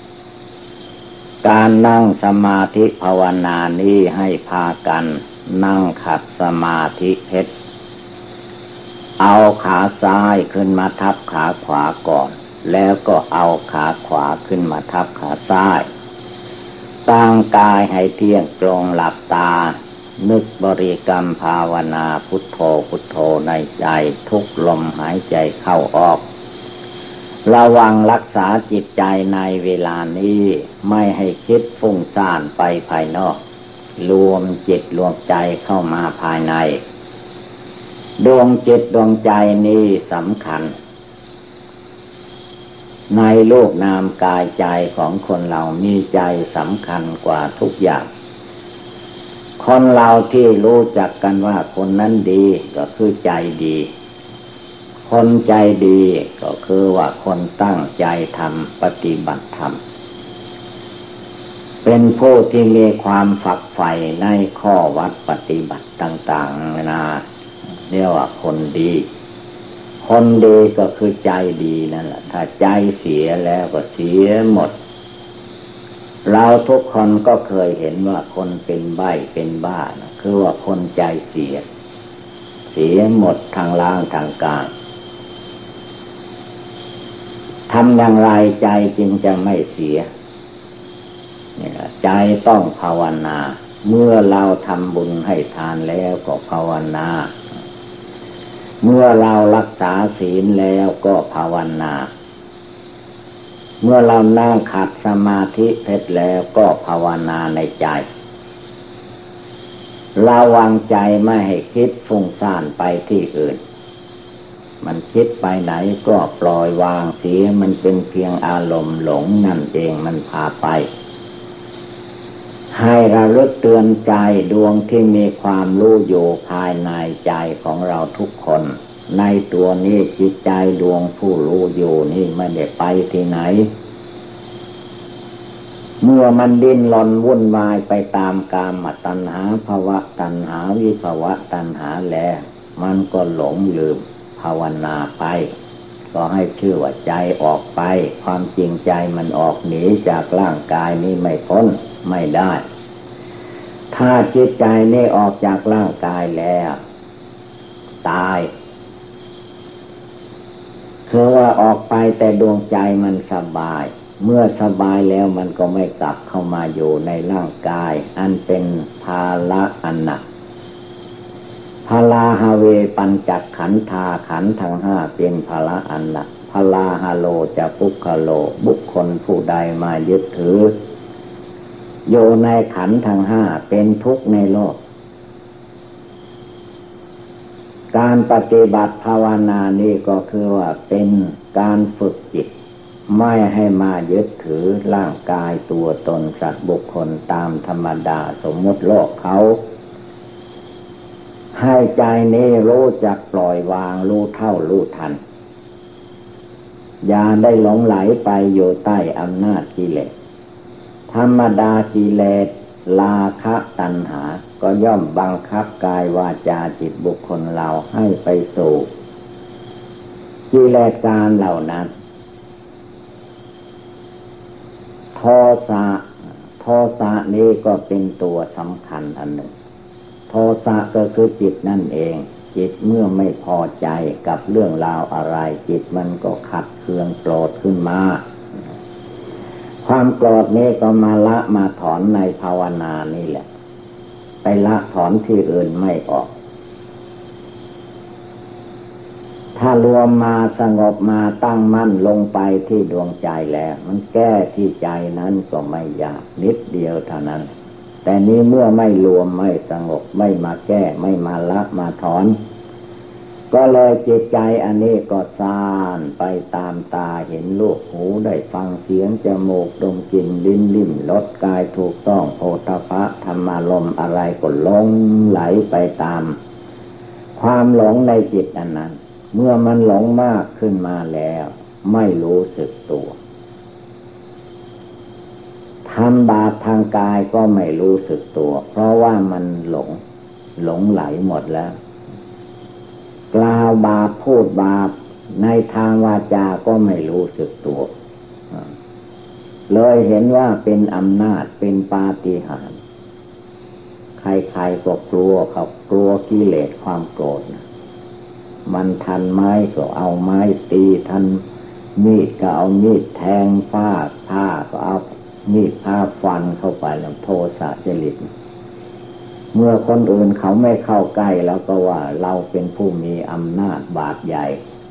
การนั่งสมาธิภาวนานี้ให้พากันนั่งขัดสมาธิเพชรเอาขาซ้ายขึ้นมาทับขาขวาก่อนแล้วก็เอาขาขวาขึ้นมาทับขาซ้ายตั้งกายให้เที่ยงตรงหลับตานึกบริกรรมภาวนาพุทโธพุทโธในใจทุกลมหายใจเข้าออกระวังรักษาจิตใจในเวลานี้ไม่ให้คิดฟุ้งซ่านไปภายนอกรวมจิตรวมใจเข้ามาภายในดวงจิตดวงใจนี้สำคัญในโลกนามกายใจของคนเรามีใจสำคัญกว่าทุกอย่างคนเราที่รู้จักกันว่าคนนั้นดีก็คือใจดีคนใจดีก็คือว่าคนตั้งใจทำปฏิบัติธรรมเป็นผู้ที่มีความฝักใฝ่ในข้อวัดปฏิบัติต่างๆนานาเรียกว่าคนดีคนดีก็คือใจดีนั่นแหละถ้าใจเสียแล้วก็เสียหมดเราทุกคนก็เคยเห็นว่าคนเป็นใบ้เป็นบ้านะคือว่าคนใจเสียเสียหมดทางล่างทางกายทำอย่างไรใจจึงจะไม่เสียเนี่ยใจต้องภาวนาเมื่อเราทำบุญให้ทานแล้วก็ภาวนาเมื่อเรารักษาศีลแล้วก็ภาวนาเมื่อเรานั่งขัดสมาธิเสร็จแล้วก็ภาวนาในใจระวังใจไม่ให้คิดฟุ้งซ่านไปที่อื่นมันคิดไปไหนก็ปล่อยวางเสียมันเป็นเพียงอารมณ์หลงนั่นเองมันพาไปให้ระลึกเตือนใจดวงที่มีความรู้อยู่ภายในใจของเราทุกคนในตัวนี้จิตใจดวงผู้รู้อยู่นี่ไม่ได้ไปที่ไหนเมื่อมันดิ้นรนวุ่นวายไปตามกามตัณหาภวตัณหาวิภวตัณหาแล้วมันก็หลงลืมภาวนาไปก็ให้ชื่อว่าใจออกไปความจริงใจมันออกหนีจากร่างกายนี้ไม่พ้นไม่ได้ถ้าจิตใจนี่ออกจากร่างกายแล้วตายคือว่าออกไปแต่ดวงใจมันสบายเมื่อสบายแล้วมันก็ไม่กลับเข้ามาอยู่ในร่างกายอันเป็นภาระอันหนักพลาหาเวปัญจขันธาขันธ์ทั้งห้าเป็นภาระอันหนักพลาหาโลจะปุคคโลบุคคลผู้ใดมายึดถือโยในขันธ์ทั้งห้าเป็นทุกข์ในโลกการปฏิบัติภาวนานี้ก็คือว่าเป็นการฝึกจิตไม่ให้มายึดถือร่างกายตัวตนสัตว์บุคคลตามธรรมดาสมมุติโลกเขาให้ใจนี้รู้จักปล่อยวางรู้เท่ารู้ทันอย่าได้หลงไหลไปอยู่ใต้อำนาจกิเลสธรรมดากิเลสราคะตัณหาก็ย่อมบังคับกายวาจาจิตบุคคลเราให้ไปสู่กิเลสการเหล่านั้นโทสะโทสะนี้ก็เป็นตัวสำคัญอันหนึ่งโทสะก็คือจิตนั่นเองจิตเมื่อไม่พอใจกับเรื่องราวอะไรจิตมันก็ขัดเคืองโกรธขึ้นมาความโกรธนี้ก็มาละมาถอนในภาวนานี่แหละไปละถอนที่อื่นไม่ออกถ้ารวมมาสงบมาตั้งมั่นลงไปที่ดวงใจแล้วมันแก้ที่ใจนั้นก็ไม่ยากนิดเดียวเท่านั้นแต่นี้เมื่อไม่รวมไม่สงบไม่มาแก้ไม่มาละมาถอนก็เลยจิตใจอันนี้ก็ซ่านไปตามตาเห็นรูปหูได้ฟังเสียงจมูกดมกลิ่นลิ้นลิ้มรสกายถูกต้องโผฏฐัพพะธรรมารมณ์อะไรก็หลงไหลไปตามความหลงในจิตอันนั้นเมื่อมันหลงมากขึ้นมาแล้วไม่รู้สึกตัวทำบาปทางกายก็ไม่รู้สึกตัวเพราะว่ามันหลงหลงไหลหมดแล้วกล่าวบาปพูดบาปในทางวาจาก็ไม่รู้สึกตัวเลยเห็นว่าเป็นอำนาจเป็นปาฏิหาริย์ใครๆก็กลัวเขากลัวกิเลสความโกรธมันทันไม้ก็เอาไม้ตีทันมีดก็เอามีดแทงฟ้าผ้าก็เอามีดผ้าฟันเข้าไปแล้วโทสะจริตเมื่อคนอื่นเขาไม่เข้าใกล้แล้วก็ว่าเราเป็นผู้มีอำนาจบาดใหญ่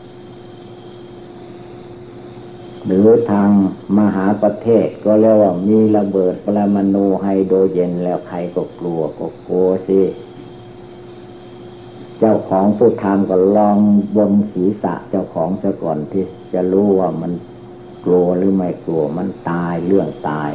หรือทางมหาประเทศก็เรียกว่ามีระเบิดปรมาณูไฮโดรเจนแล้วใครก็กลัวก็กลัวสิเจ้าของผู้ทำก็ลองบนศีรษะเจ้าของซะก่อนที่จะรู้ว่ามันกลัวหรือไม่กลัวมันตายเรื่องตาย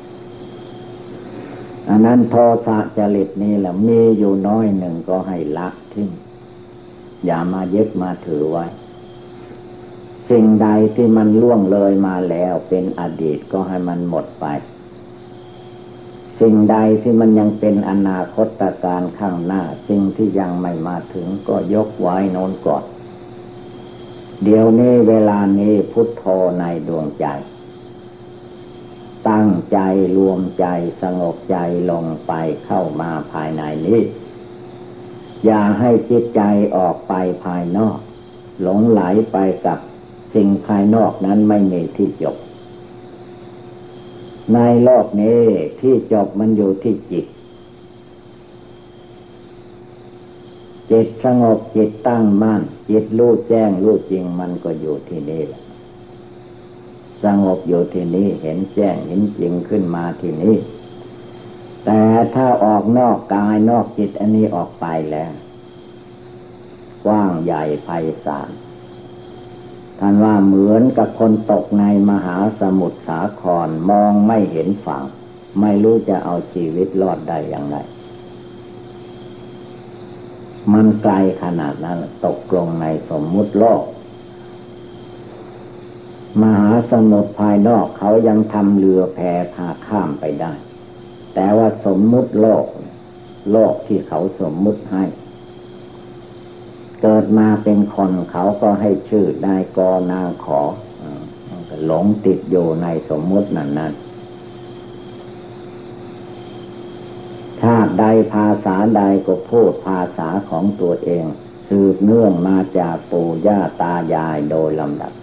อันนั้นโทสะจริตนี่แหละมีอยู่น้อยหนึ่งก็ให้ละทิ้งอย่ามายึดมาถือไว้สิ่งใดที่มันล่วงเลยมาแล้วเป็นอดีตก็ให้มันหมดไปสิ่งใดที่มันยังเป็นอนาคตการข้างหน้าสิ่งที่ยังไม่มาถึงก็ยกไว้โน้นก่อนเดี๋ยวนี้เวลานี้พุทโธในดวงใจตั้งใจรวมใจสงบใจลงไปเข้ามาภายในนี้อย่าให้จิตใจออกไปภายนอกหลงไหลไปกับสิ่งภายนอกนั้นไม่มีที่จบในโลกนี้ที่จบมันอยู่ที่จิตจิตสงบจิตตั้งมั่นจิตรู้แจ้งรู้จริงมันก็อยู่ที่นี่แหละสงบอยู่ที่นี้เห็นแจ้งเห็นจริงขึ้นมาที่นี้แต่ถ้าออกนอกกายนอกจิตอันนี้ออกไปแล้วกว้างใหญ่ไพศาลท่านว่าเหมือนกับคนตกในมหาสมุทรสาครมองไม่เห็นฝั่งไม่รู้จะเอาชีวิตรอดได้อย่างไรมันไกลขนาดนั้นตกลงในสมมุติโลกมหาสมุทรภายนอกเขายังทำเรือแพพาข้ามไปได้แต่ว่าสมมุติโลกโลกที่เขาสมมุติให้เกิดมาเป็นคนเขาก็ให้ชื่อได้กอนางขอหลงติดอยู่ในสมมุตินั้นนั้นชาติใดภาษาใดก็พูดภาษาของตัวเองสืบเนื่องมาจากปู่ย่าตายายโดยลำดับ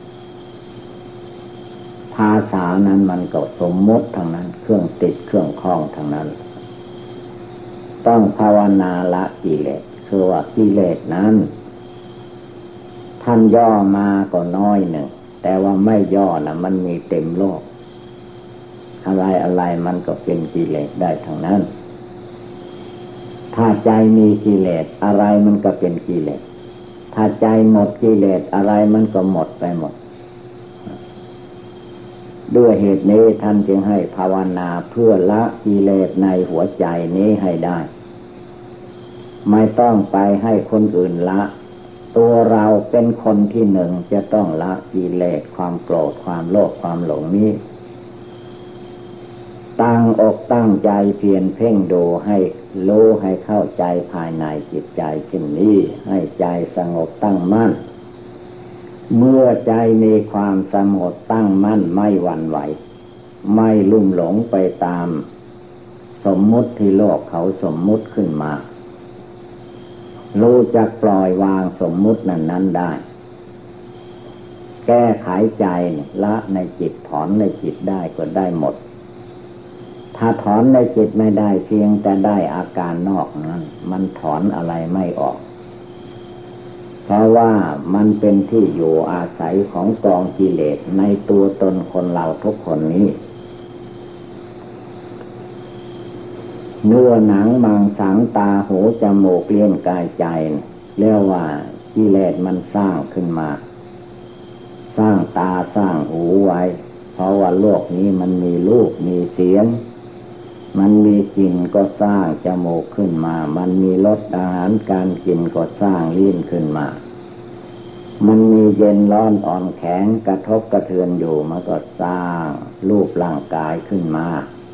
ภาษานั้นมันก็สมมุติทั้งนั้นเครื่องติดเครื่องคล้องทั้งนั้นต้องภาวนาละกิเลสคือว่ากิเลสนั้นท่านย่อมาก็น้อยหนึ่งแต่ว่าไม่ย่อนะมันมีเต็มโลกอะไรอะไรมันก็เป็นกิเลสได้ทั้งนั้นถ้าใจมีกิเลสอะไรมันก็เป็นกิเลสถ้าใจหมดกิเลสอะไรมันก็หมดไปหมดด้วยเหตุนี้ท่านจึงให้ภาวนาเพื่อละกิเลสในหัวใจนี้ให้ได้ไม่ต้องไปให้คนอื่นละตัวเราเป็นคนที่หนึ่งจะต้องละกิเลสความโกรธความโลภความหลงนี้ตั้งอกตั้งใจเพียรเพ่งดูให้รู้ให้เข้าใจภายในจิตใจเช่นนี้ให้ใจสงบตั้งมั่นเมื่อใจมีความสงบตั้งมั่นไม่หวั่นไหวไม่ลุ่มหลงไปตามสมมุติที่โลกเขาสมมุติขึ้นมารู้จักปล่อยวางสมมุตินั้นนั้นได้แก้ไขใจละในจิตถอนในจิตได้ก็ได้หมดถ้าถอนในจิตไม่ได้เพียงแต่ได้อาการนอกนั้นมันถอนอะไรไม่ออกเพราะว่ามันเป็นที่อยู่อาศัยของกองกิเลสในตัวตนคนเราทุกคนนี้เนื้อหนังมังสังตาหูจมูกเลี้ยงกายใจเรียกว่ากิเลสมันสร้างขึ้นมาสร้างตาสร้างหูไว้เพราะว่าโลกนี้มันมีรูปมีเสียงมันมีกลิ่นก็สร้างจมูกขึ้นมามันมีรสอาหารการกินก็สร้างลิ้นขึ้นมามันมีเย็นร้อนอ่อนแข็งกระทบกระเทือนอยู่มันก็สร้างรูปร่างกายขึ้นมา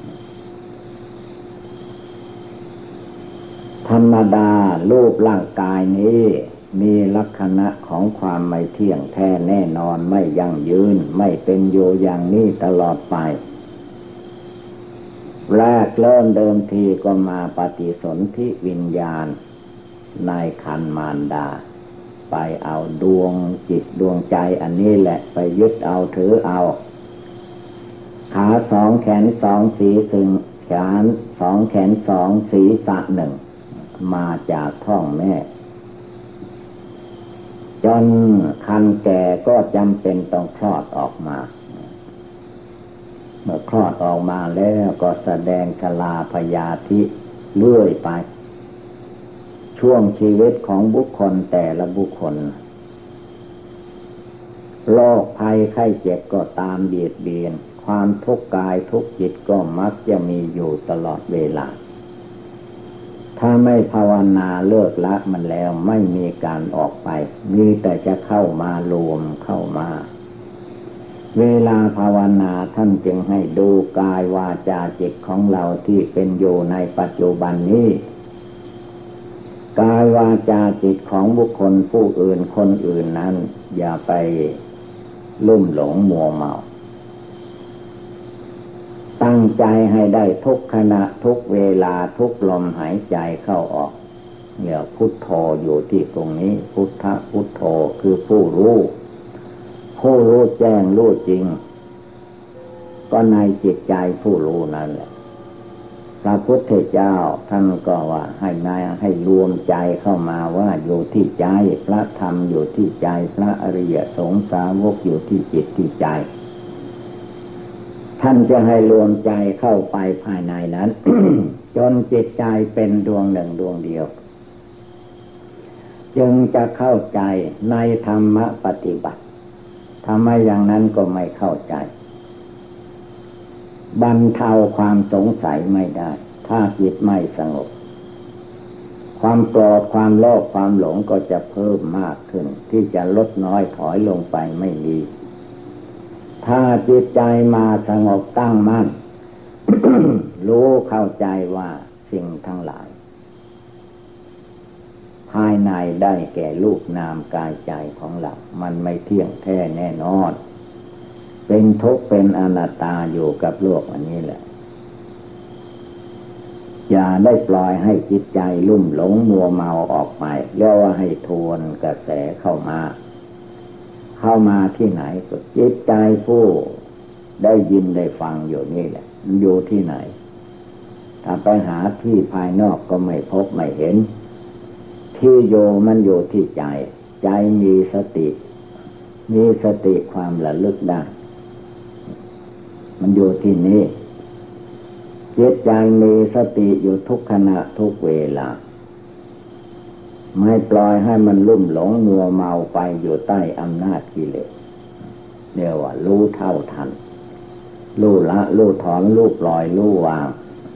ธรรมดารูปร่างกายนี้มีลักษณะของความไม่เที่ยงแท้แน่นอนไม่ยั่งยืนไม่เป็นอยู่อย่างนี้ตลอดไปแรกเริ่มเดิมทีก็มาปฏิสนธิวิญญาณในครรภ์มารดาไปเอาดวงจิตดวงใจอันนี้แหละไปยึดเอาถือเอาขาสองแขนสองศีรษะแขนสองแขนสองศีรษะหนึ่งมาจากท้องแม่จนคันแก่ก็จำเป็นต้องคลอดออกมาเมื่อคลอดออกมาแล้วก็แสดงกลาพยาธิเลื่อยไปช่วงชีวิตของบุคคลแต่ละบุคคลโรคภัยไข้เจ็บก็ตามเบียดเบียนความทุกข์กายทุกข์จิตก็มักจะมีอยู่ตลอดเวลาถ้าไม่ภาวนาเลิกละมันแล้วไม่มีการออกไปมีแต่จะเข้ามารวมเข้ามาเวลาภาวนาท่านจึงให้ดูกายวาจาจิตของเราที่เป็นอยู่ในปัจจุบันนี้กายวาจาจิตของบุคคลผู้อื่นคนอื่นนั้นอย่าไปลุ่มหลงมัวเมาตั้งใจให้ได้ทุกขณะทุกเวลาทุกลมหายใจเข้าออกเรียกพุทโธอยู่ที่ตรงนี้พุทธะพุทโธคือผู้รู้ผู้รู้แจ้งรู้จริงก็ในจิตใจผู้รู้นั่นแหละพระพุทธเจ้าท่านก็ว่าให้นายให้รวมใจเข้ามาว่าอยู่ที่ใจพระธรรมอยู่ที่ใจพระอริยสงฆ์สาวกอยู่ที่จิตที่ใจท่านจะให้รวมใจเข้าไปภายในนั้น จนจิตใจเป็นดวงหนึ่งดวงเดียวจึงจะเข้าใจในธรรมปฏิบัติทำไมอย่างนั้นก็ไม่เข้าใจบรรเทาความสงสัยไม่ได้ถ้าจิตไม่สงบความโกรธความโลภความหลงก็จะเพิ่มมากขึ้นที่จะลดน้อยถอยลงไปไม่มีถ้าจิตใจมาสงบตั้งมั่น รู้เข้าใจว่าสิ่งทั้งหลายภายในได้แก่รูปนามกายใจของเรามันไม่เที่ยงแท้แน่นอนเป็นทุกข์เป็นอนัตตาอยู่กับโลกอันนี้แหละอย่าได้ปล่อยให้จิตใจลุ่มหลงมัวเมาออกไปเรียกว่าให้ทวนกระแสเข้ามาเข้ามาที่ไหนก็จิตใจผู้ได้ยินได้ฟังอยู่นี่แหละอยู่ที่ไหนถ้าไปหาที่ภายนอกก็ไม่พบไม่เห็นที่โยมันอยู่ที่ใจใจมีสติมีสติความระลึกได้มันอยู่ที่นี่จิตใจมีสติอยู่ทุกขณะทุกเวลาไม่ปล่อยให้มันลุ่มหลงมัวเมาไปอยู่ใต้อำนาจกิเลสเรียกว่ารู้เท่าทันรู้ละรู้ถอนรู้ปล่อยรู้วาง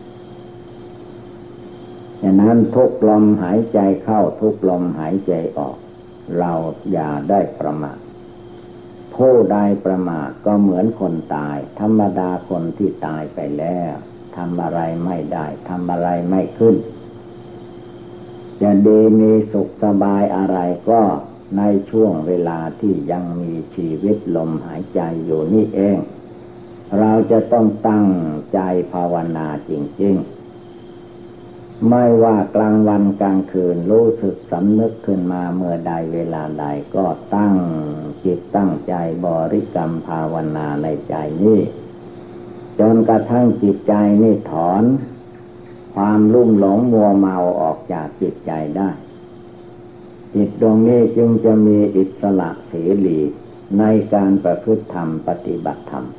ฉะนั้นทุกลมหายใจเข้าทุกลมหายใจออกเราอย่าได้ประมาทผู้ใดประมาทก็เหมือนคนตายธรรมดาคนที่ตายไปแล้วทำอะไรไม่ได้ทำอะไรไม่ขึ้นจะดีมีสุขสบายอะไรก็ในช่วงเวลาที่ยังมีชีวิตลมหายใจอยู่นี่เองเราจะต้องตั้งใจภาวนาจริงๆไม่ว่ากลางวันกลางคืนรู้สึกสำนึกขึ้นมาเมื่อใดเวลาใดก็ตั้งจิตตั้งใจบริกรรมภาวนาในใจนี้จนกระทั่งจิตใจนี่ถอนความลุ่มหลงมัวเมาออกจากจิตใจได้จิตดวงนี้จึงจะมีอิสระเสรีในการประพฤติธรรมปฏิบัติธรรม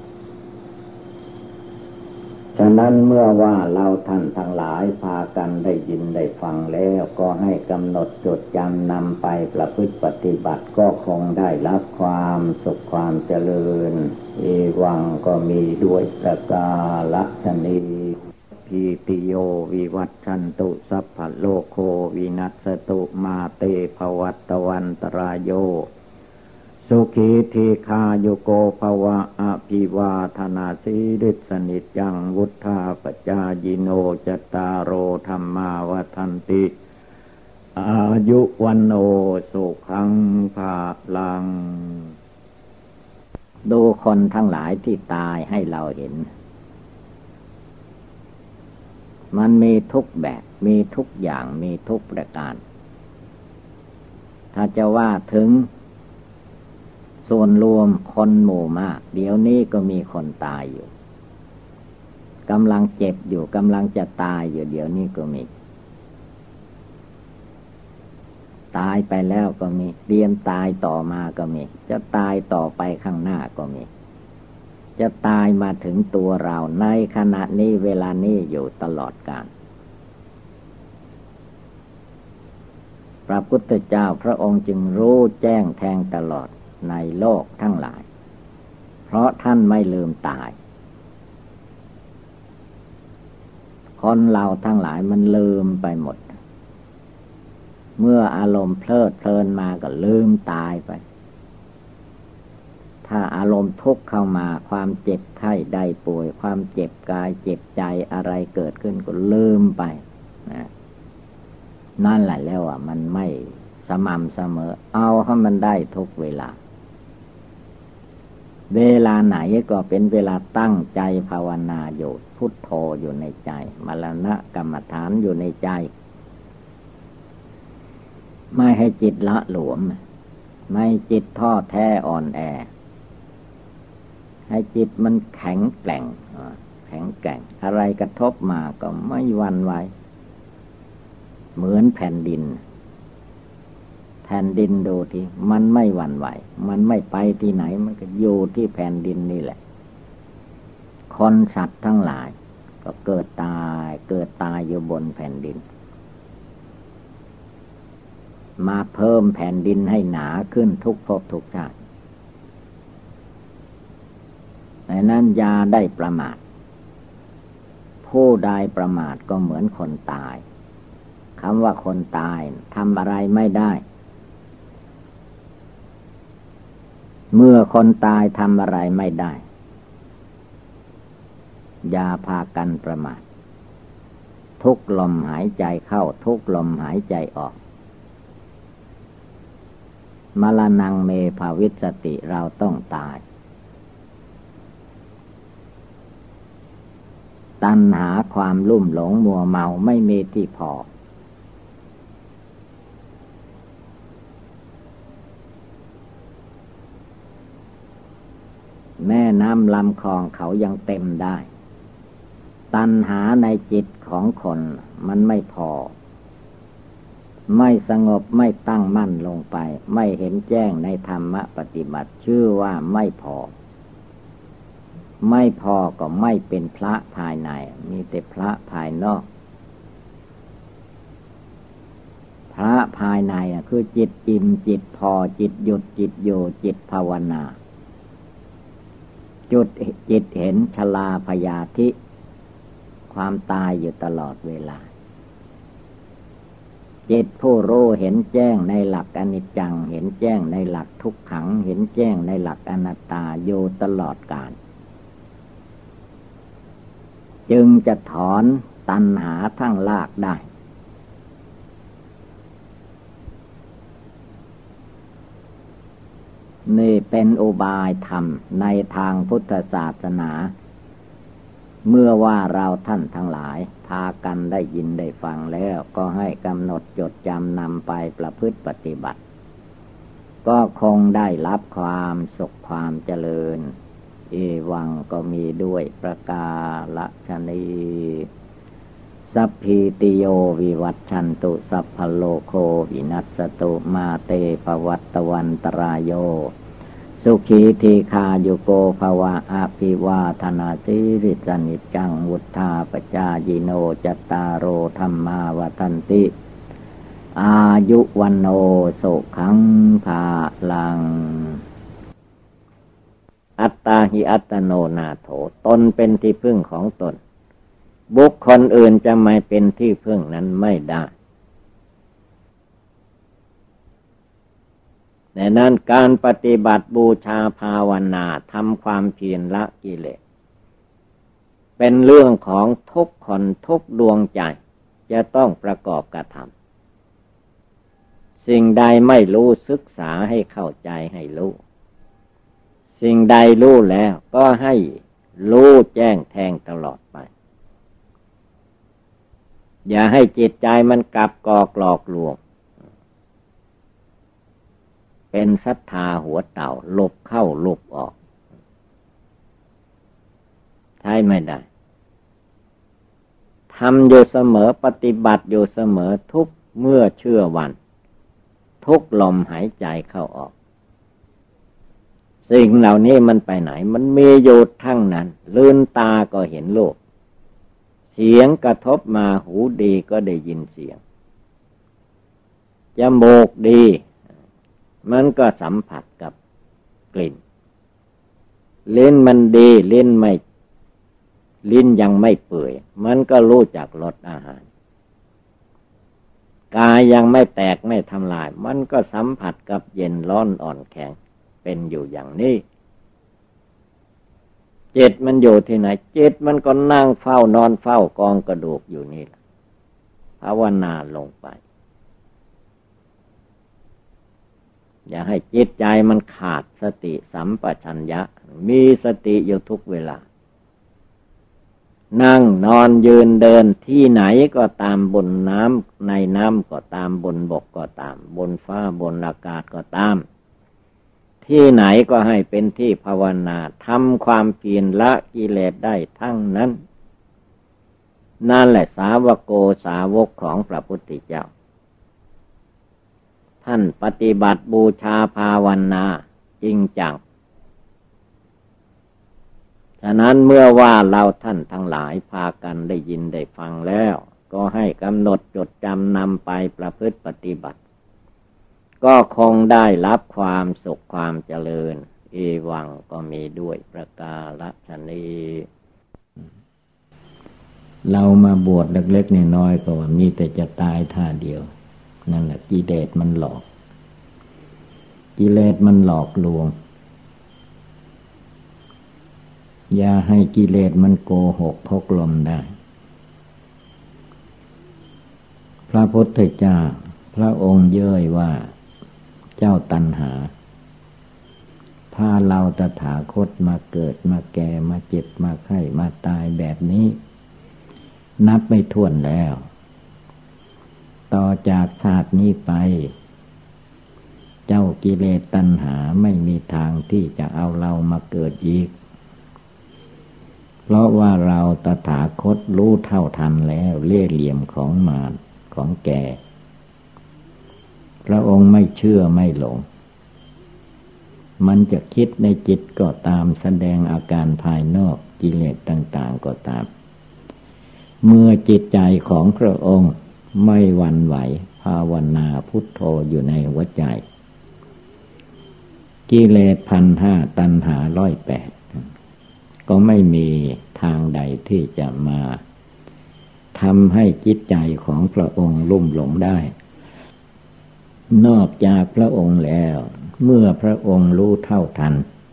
ฉะนั้นเมื่อว่าเราท่านทั้งหลายพากันได้ยินได้ฟังแล้วก็ให้กำหนดจดจำนำไปประพฤติปฏิบัติก็คงได้รับความสุขความเจริญเอวังก็มีด้วยประกาศนีพีติโยวิวัตชันตุสัพพะโลกโควินัสตุมาเตภวัตวันตรายโยสุขีทีคาโยโกภวะอภิวาธนาสีริสนิจังวุธาปจายิโนจตารโอธรรมาวทันติอายุวันโอสุขังภาลังดูคนทั้งหลายที่ตายให้เราเห็นมันมีทุกแบบมีทุกอย่างมีทุกประการถ้าจะว่าถึงส่วนรวมคนหมู่มากเดี๋ยวนี้ก็มีคนตายอยู่กำลังเจ็บอยู่กำลังจะตายอยู่เดี๋ยวนี้ก็มีตายไปแล้วก็มีเตรียมตายต่อมาก็มีจะตายต่อไปข้างหน้าก็มีจะตายมาถึงตัวเราในขณะนี้เวลานี้อยู่ตลอดกาลพระพุทธเจ้าพระองค์จึงรู้แจ้งแทงตลอดในโลกทั้งหลายเพราะท่านไม่ลืมตายคนเราทั้งหลายมันลืมไปหมดเมื่ออารมณ์เพลิดเพลินมาก็ลืมตายไปถ้าอารมณ์ทุกข์เข้ามาความเจ็บไข้ได้ป่วยความเจ็บกายเจ็บใจอะไรเกิดขึ้นก็ลืมไปนะนั่นแหละแล้วอ่ะมันไม่สม่ำเสมอเอาให้มันได้ทุกเวลาเวลาไหนก็เป็นเวลาตั้งใจภาวนาอยู่พุทโธอยู่ในใจมรณะกรรมฐานอยู่ในใจไม่ให้จิตละหลวมไม่จิตท้อแท้อ่อนแอให้จิตมันแข็งแกร่งแข็งแกร่งอะไรกระทบมาก็ไม่หวั่นไหวเหมือนแผ่นดินแผ่นดินดูที่มันไม่หวั่นไหวมันไม่ไปที่ไหนมันก็อยู่ที่แผ่นดินนี่แหละคนสัตว์ทั้งหลายก็เกิดตายเกิดตายอยู่บนแผ่นดินมาเพิ่มแผ่นดินให้หนาขึ้นทุกภพทุกชาติดังนั้นอย่าได้ประมาทผู้ใดประมาทก็เหมือนคนตายคำว่าคนตายทำอะไรไม่ได้เมื่อคนตายทำอะไรไม่ได้อย่าพากันประมาททุกลมหายใจเข้าทุกลมหายใจออกมรณังเมภาวิสติเราต้องตายตัณหาความลุ่มหลงมัวเมาไม่มีที่พอแม่น้ำลำคลองเขายังเต็มได้ตัณหาในจิตของคนมันไม่พอไม่สงบไม่ตั้งมั่นลงไปไม่เห็นแจ้งในธรรมะปฏิบัติชื่อว่าไม่พอไม่พอก็ไม่เป็นพระภายในมีแต่พระภายนอกพระภายในคือจิตอิ่มจิตพอจิตหยุดจิตอยู่จิตภาวนาจุดจิตเห็นชราพยาธิความตายอยู่ตลอดเวลาจิตผู้รู้เห็นแจ้งในหลักอนิจจังเห็นแจ้งในหลักทุกขังเห็นแจ้งในหลักอนัตตาอยู่ตลอดกาลจึงจะถอนตัณหาทั้งรากได้นี่เป็นอุบายธรรมในทางพุทธศาสนาเมื่อว่าเราท่านทั้งหลายพากันได้ยินได้ฟังแล้วก็ให้กำหนดจดจำนำไปประพฤติปฏิบัติก็คงได้รับความสุขความเจริญเอวังก็มีด้วยประกาศนีสัพพิติโยวิวัชชันตุสัพพโลโควินัสสตุมาเตภวัตวันตรายโยสุขีทีคาโยโกภวะอาภิวาธนาสิริสนิจังวุธาปจายิโนจตารโอธรรมาวทันติอายุวันโนสุขังภาลังอัตตาหิอัตโนนาโถตนเป็นที่พึ่งของตนบุคคลอื่นจะไม่เป็นที่พึ่งนั้นไม่ได้ดังนั้นการปฏิบัติบูชาภาวนาทำความเพียรละกิเลสเป็นเรื่องของทุกคนทุกดวงใจจะต้องประกอบกระทำสิ่งใดไม่รู้ศึกษาให้เข้าใจให้รู้สิ่งใดรู้แล้วก็ให้รู้แจ้งแทงตลอดไปอย่าให้จิตใจมันกลับกอกหลอกลวงเป็นศรัทธาหัวเต่าหลบเข้าหลบออกใช่ไม่ได้ทำอยู่เสมอปฏิบัติอยู่เสมอทุกเมื่อเชื่อวันทุกลมหายใจเข้าออกสิ่งเหล่านี้มันไปไหนมันมีอยู่ทั้งนั้นลืมตาก็เห็นโลกเสียงกระทบมาหูดีก็ได้ยินเสียงจมูกดีมันก็สัมผัสกับกลิ่นลิ้นมันดีลิ้นไม่ลิ้นยังไม่เปื่อยมันก็รู้จักรสอาหารกายยังไม่แตกไม่ทำลายมันก็สัมผัสกับเย็นร้อนอ่อนแข็งเป็นอยู่อย่างนี้จิตมันอยู่ที่ไหนจิตมันก็นั่งเฝ้านอนเฝ้ากองกระดูกอยู่นี่แหละภาวนาลงไปอย่าให้จิตใจมันขาดสติสัมปชัญญะมีสติอยู่ทุกเวลานั่งนอนยืนเดินที่ไหนก็ตามบนน้ำในน้ำก็ตามบนบกก็ตามบนฟ้าบนอากาศก็ตามที่ไหนก็ให้เป็นที่ภาวนาทำความเพียรละกิเลสได้ทั้งนั้นนั่นแหละสาวกโกสาวกของพระพุทธเจ้าท่านปฏิบัติบูชาภาวนาจริงจังฉะนั้นเมื่อว่าเราท่านทั้งหลายพากันได้ยินได้ฟังแล้วก็ให้กำหนดจดจำนำไปประพฤติปฏิบัติก็คงได้รับความสุขความเจริญเอวังก็มีด้วยประกาศนีเรามาบวชเล็กๆน้อยๆก็ว่ามีแต่จะตายท่าเดียวนั่นแหละกิเลสมันหลอกกิเลสมันหลอกลวงอย่าให้กิเลสมันโกหกพกลมได้พระพุทธเจ้าพระองค์เย้ยว่าเจ้าตัณหาพาเราตถาคตมาเกิดมาแก่มาเจ็บมาไข้มาตายแบบนี้นับไม่ถ้วนแล้วต่อจากชาตินี้ไปเจ้ากิเลสตัณหาไม่มีทางที่จะเอาเรามาเกิดอีกเพราะว่าเราตถาคตรู้เท่าทันแล้วเล่ห์เหลี่ยมของมารของแกพระองค์ไม่เชื่อไม่หลงมันจะคิดในจิตก็ตามแสดงอาการภายนอกกิเลสต่างๆก็ตามเมื่อจิตใจของพระองค์ไม่หวั่นไหวภาวนาพุทโธอยู่ในหัวใจกิเลสพันห้าตัณหาร้อยแปดก็ไม่มีทางใดที่จะมาทำให้จิตใจของพระองค์ลุ่มหลงได้นอกจากพระองค์แล้วเมื่อพระองค์รู้เท่าทัน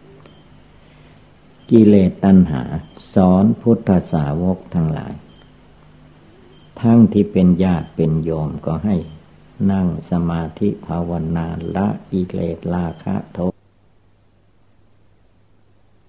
กิเลสตัณหาสอนพุทธสาวกทั้งหลายทั้งที่เป็นญาติเป็นโยมก็ให้นั่งสมาธิภาวนาละกิเลสราคะโท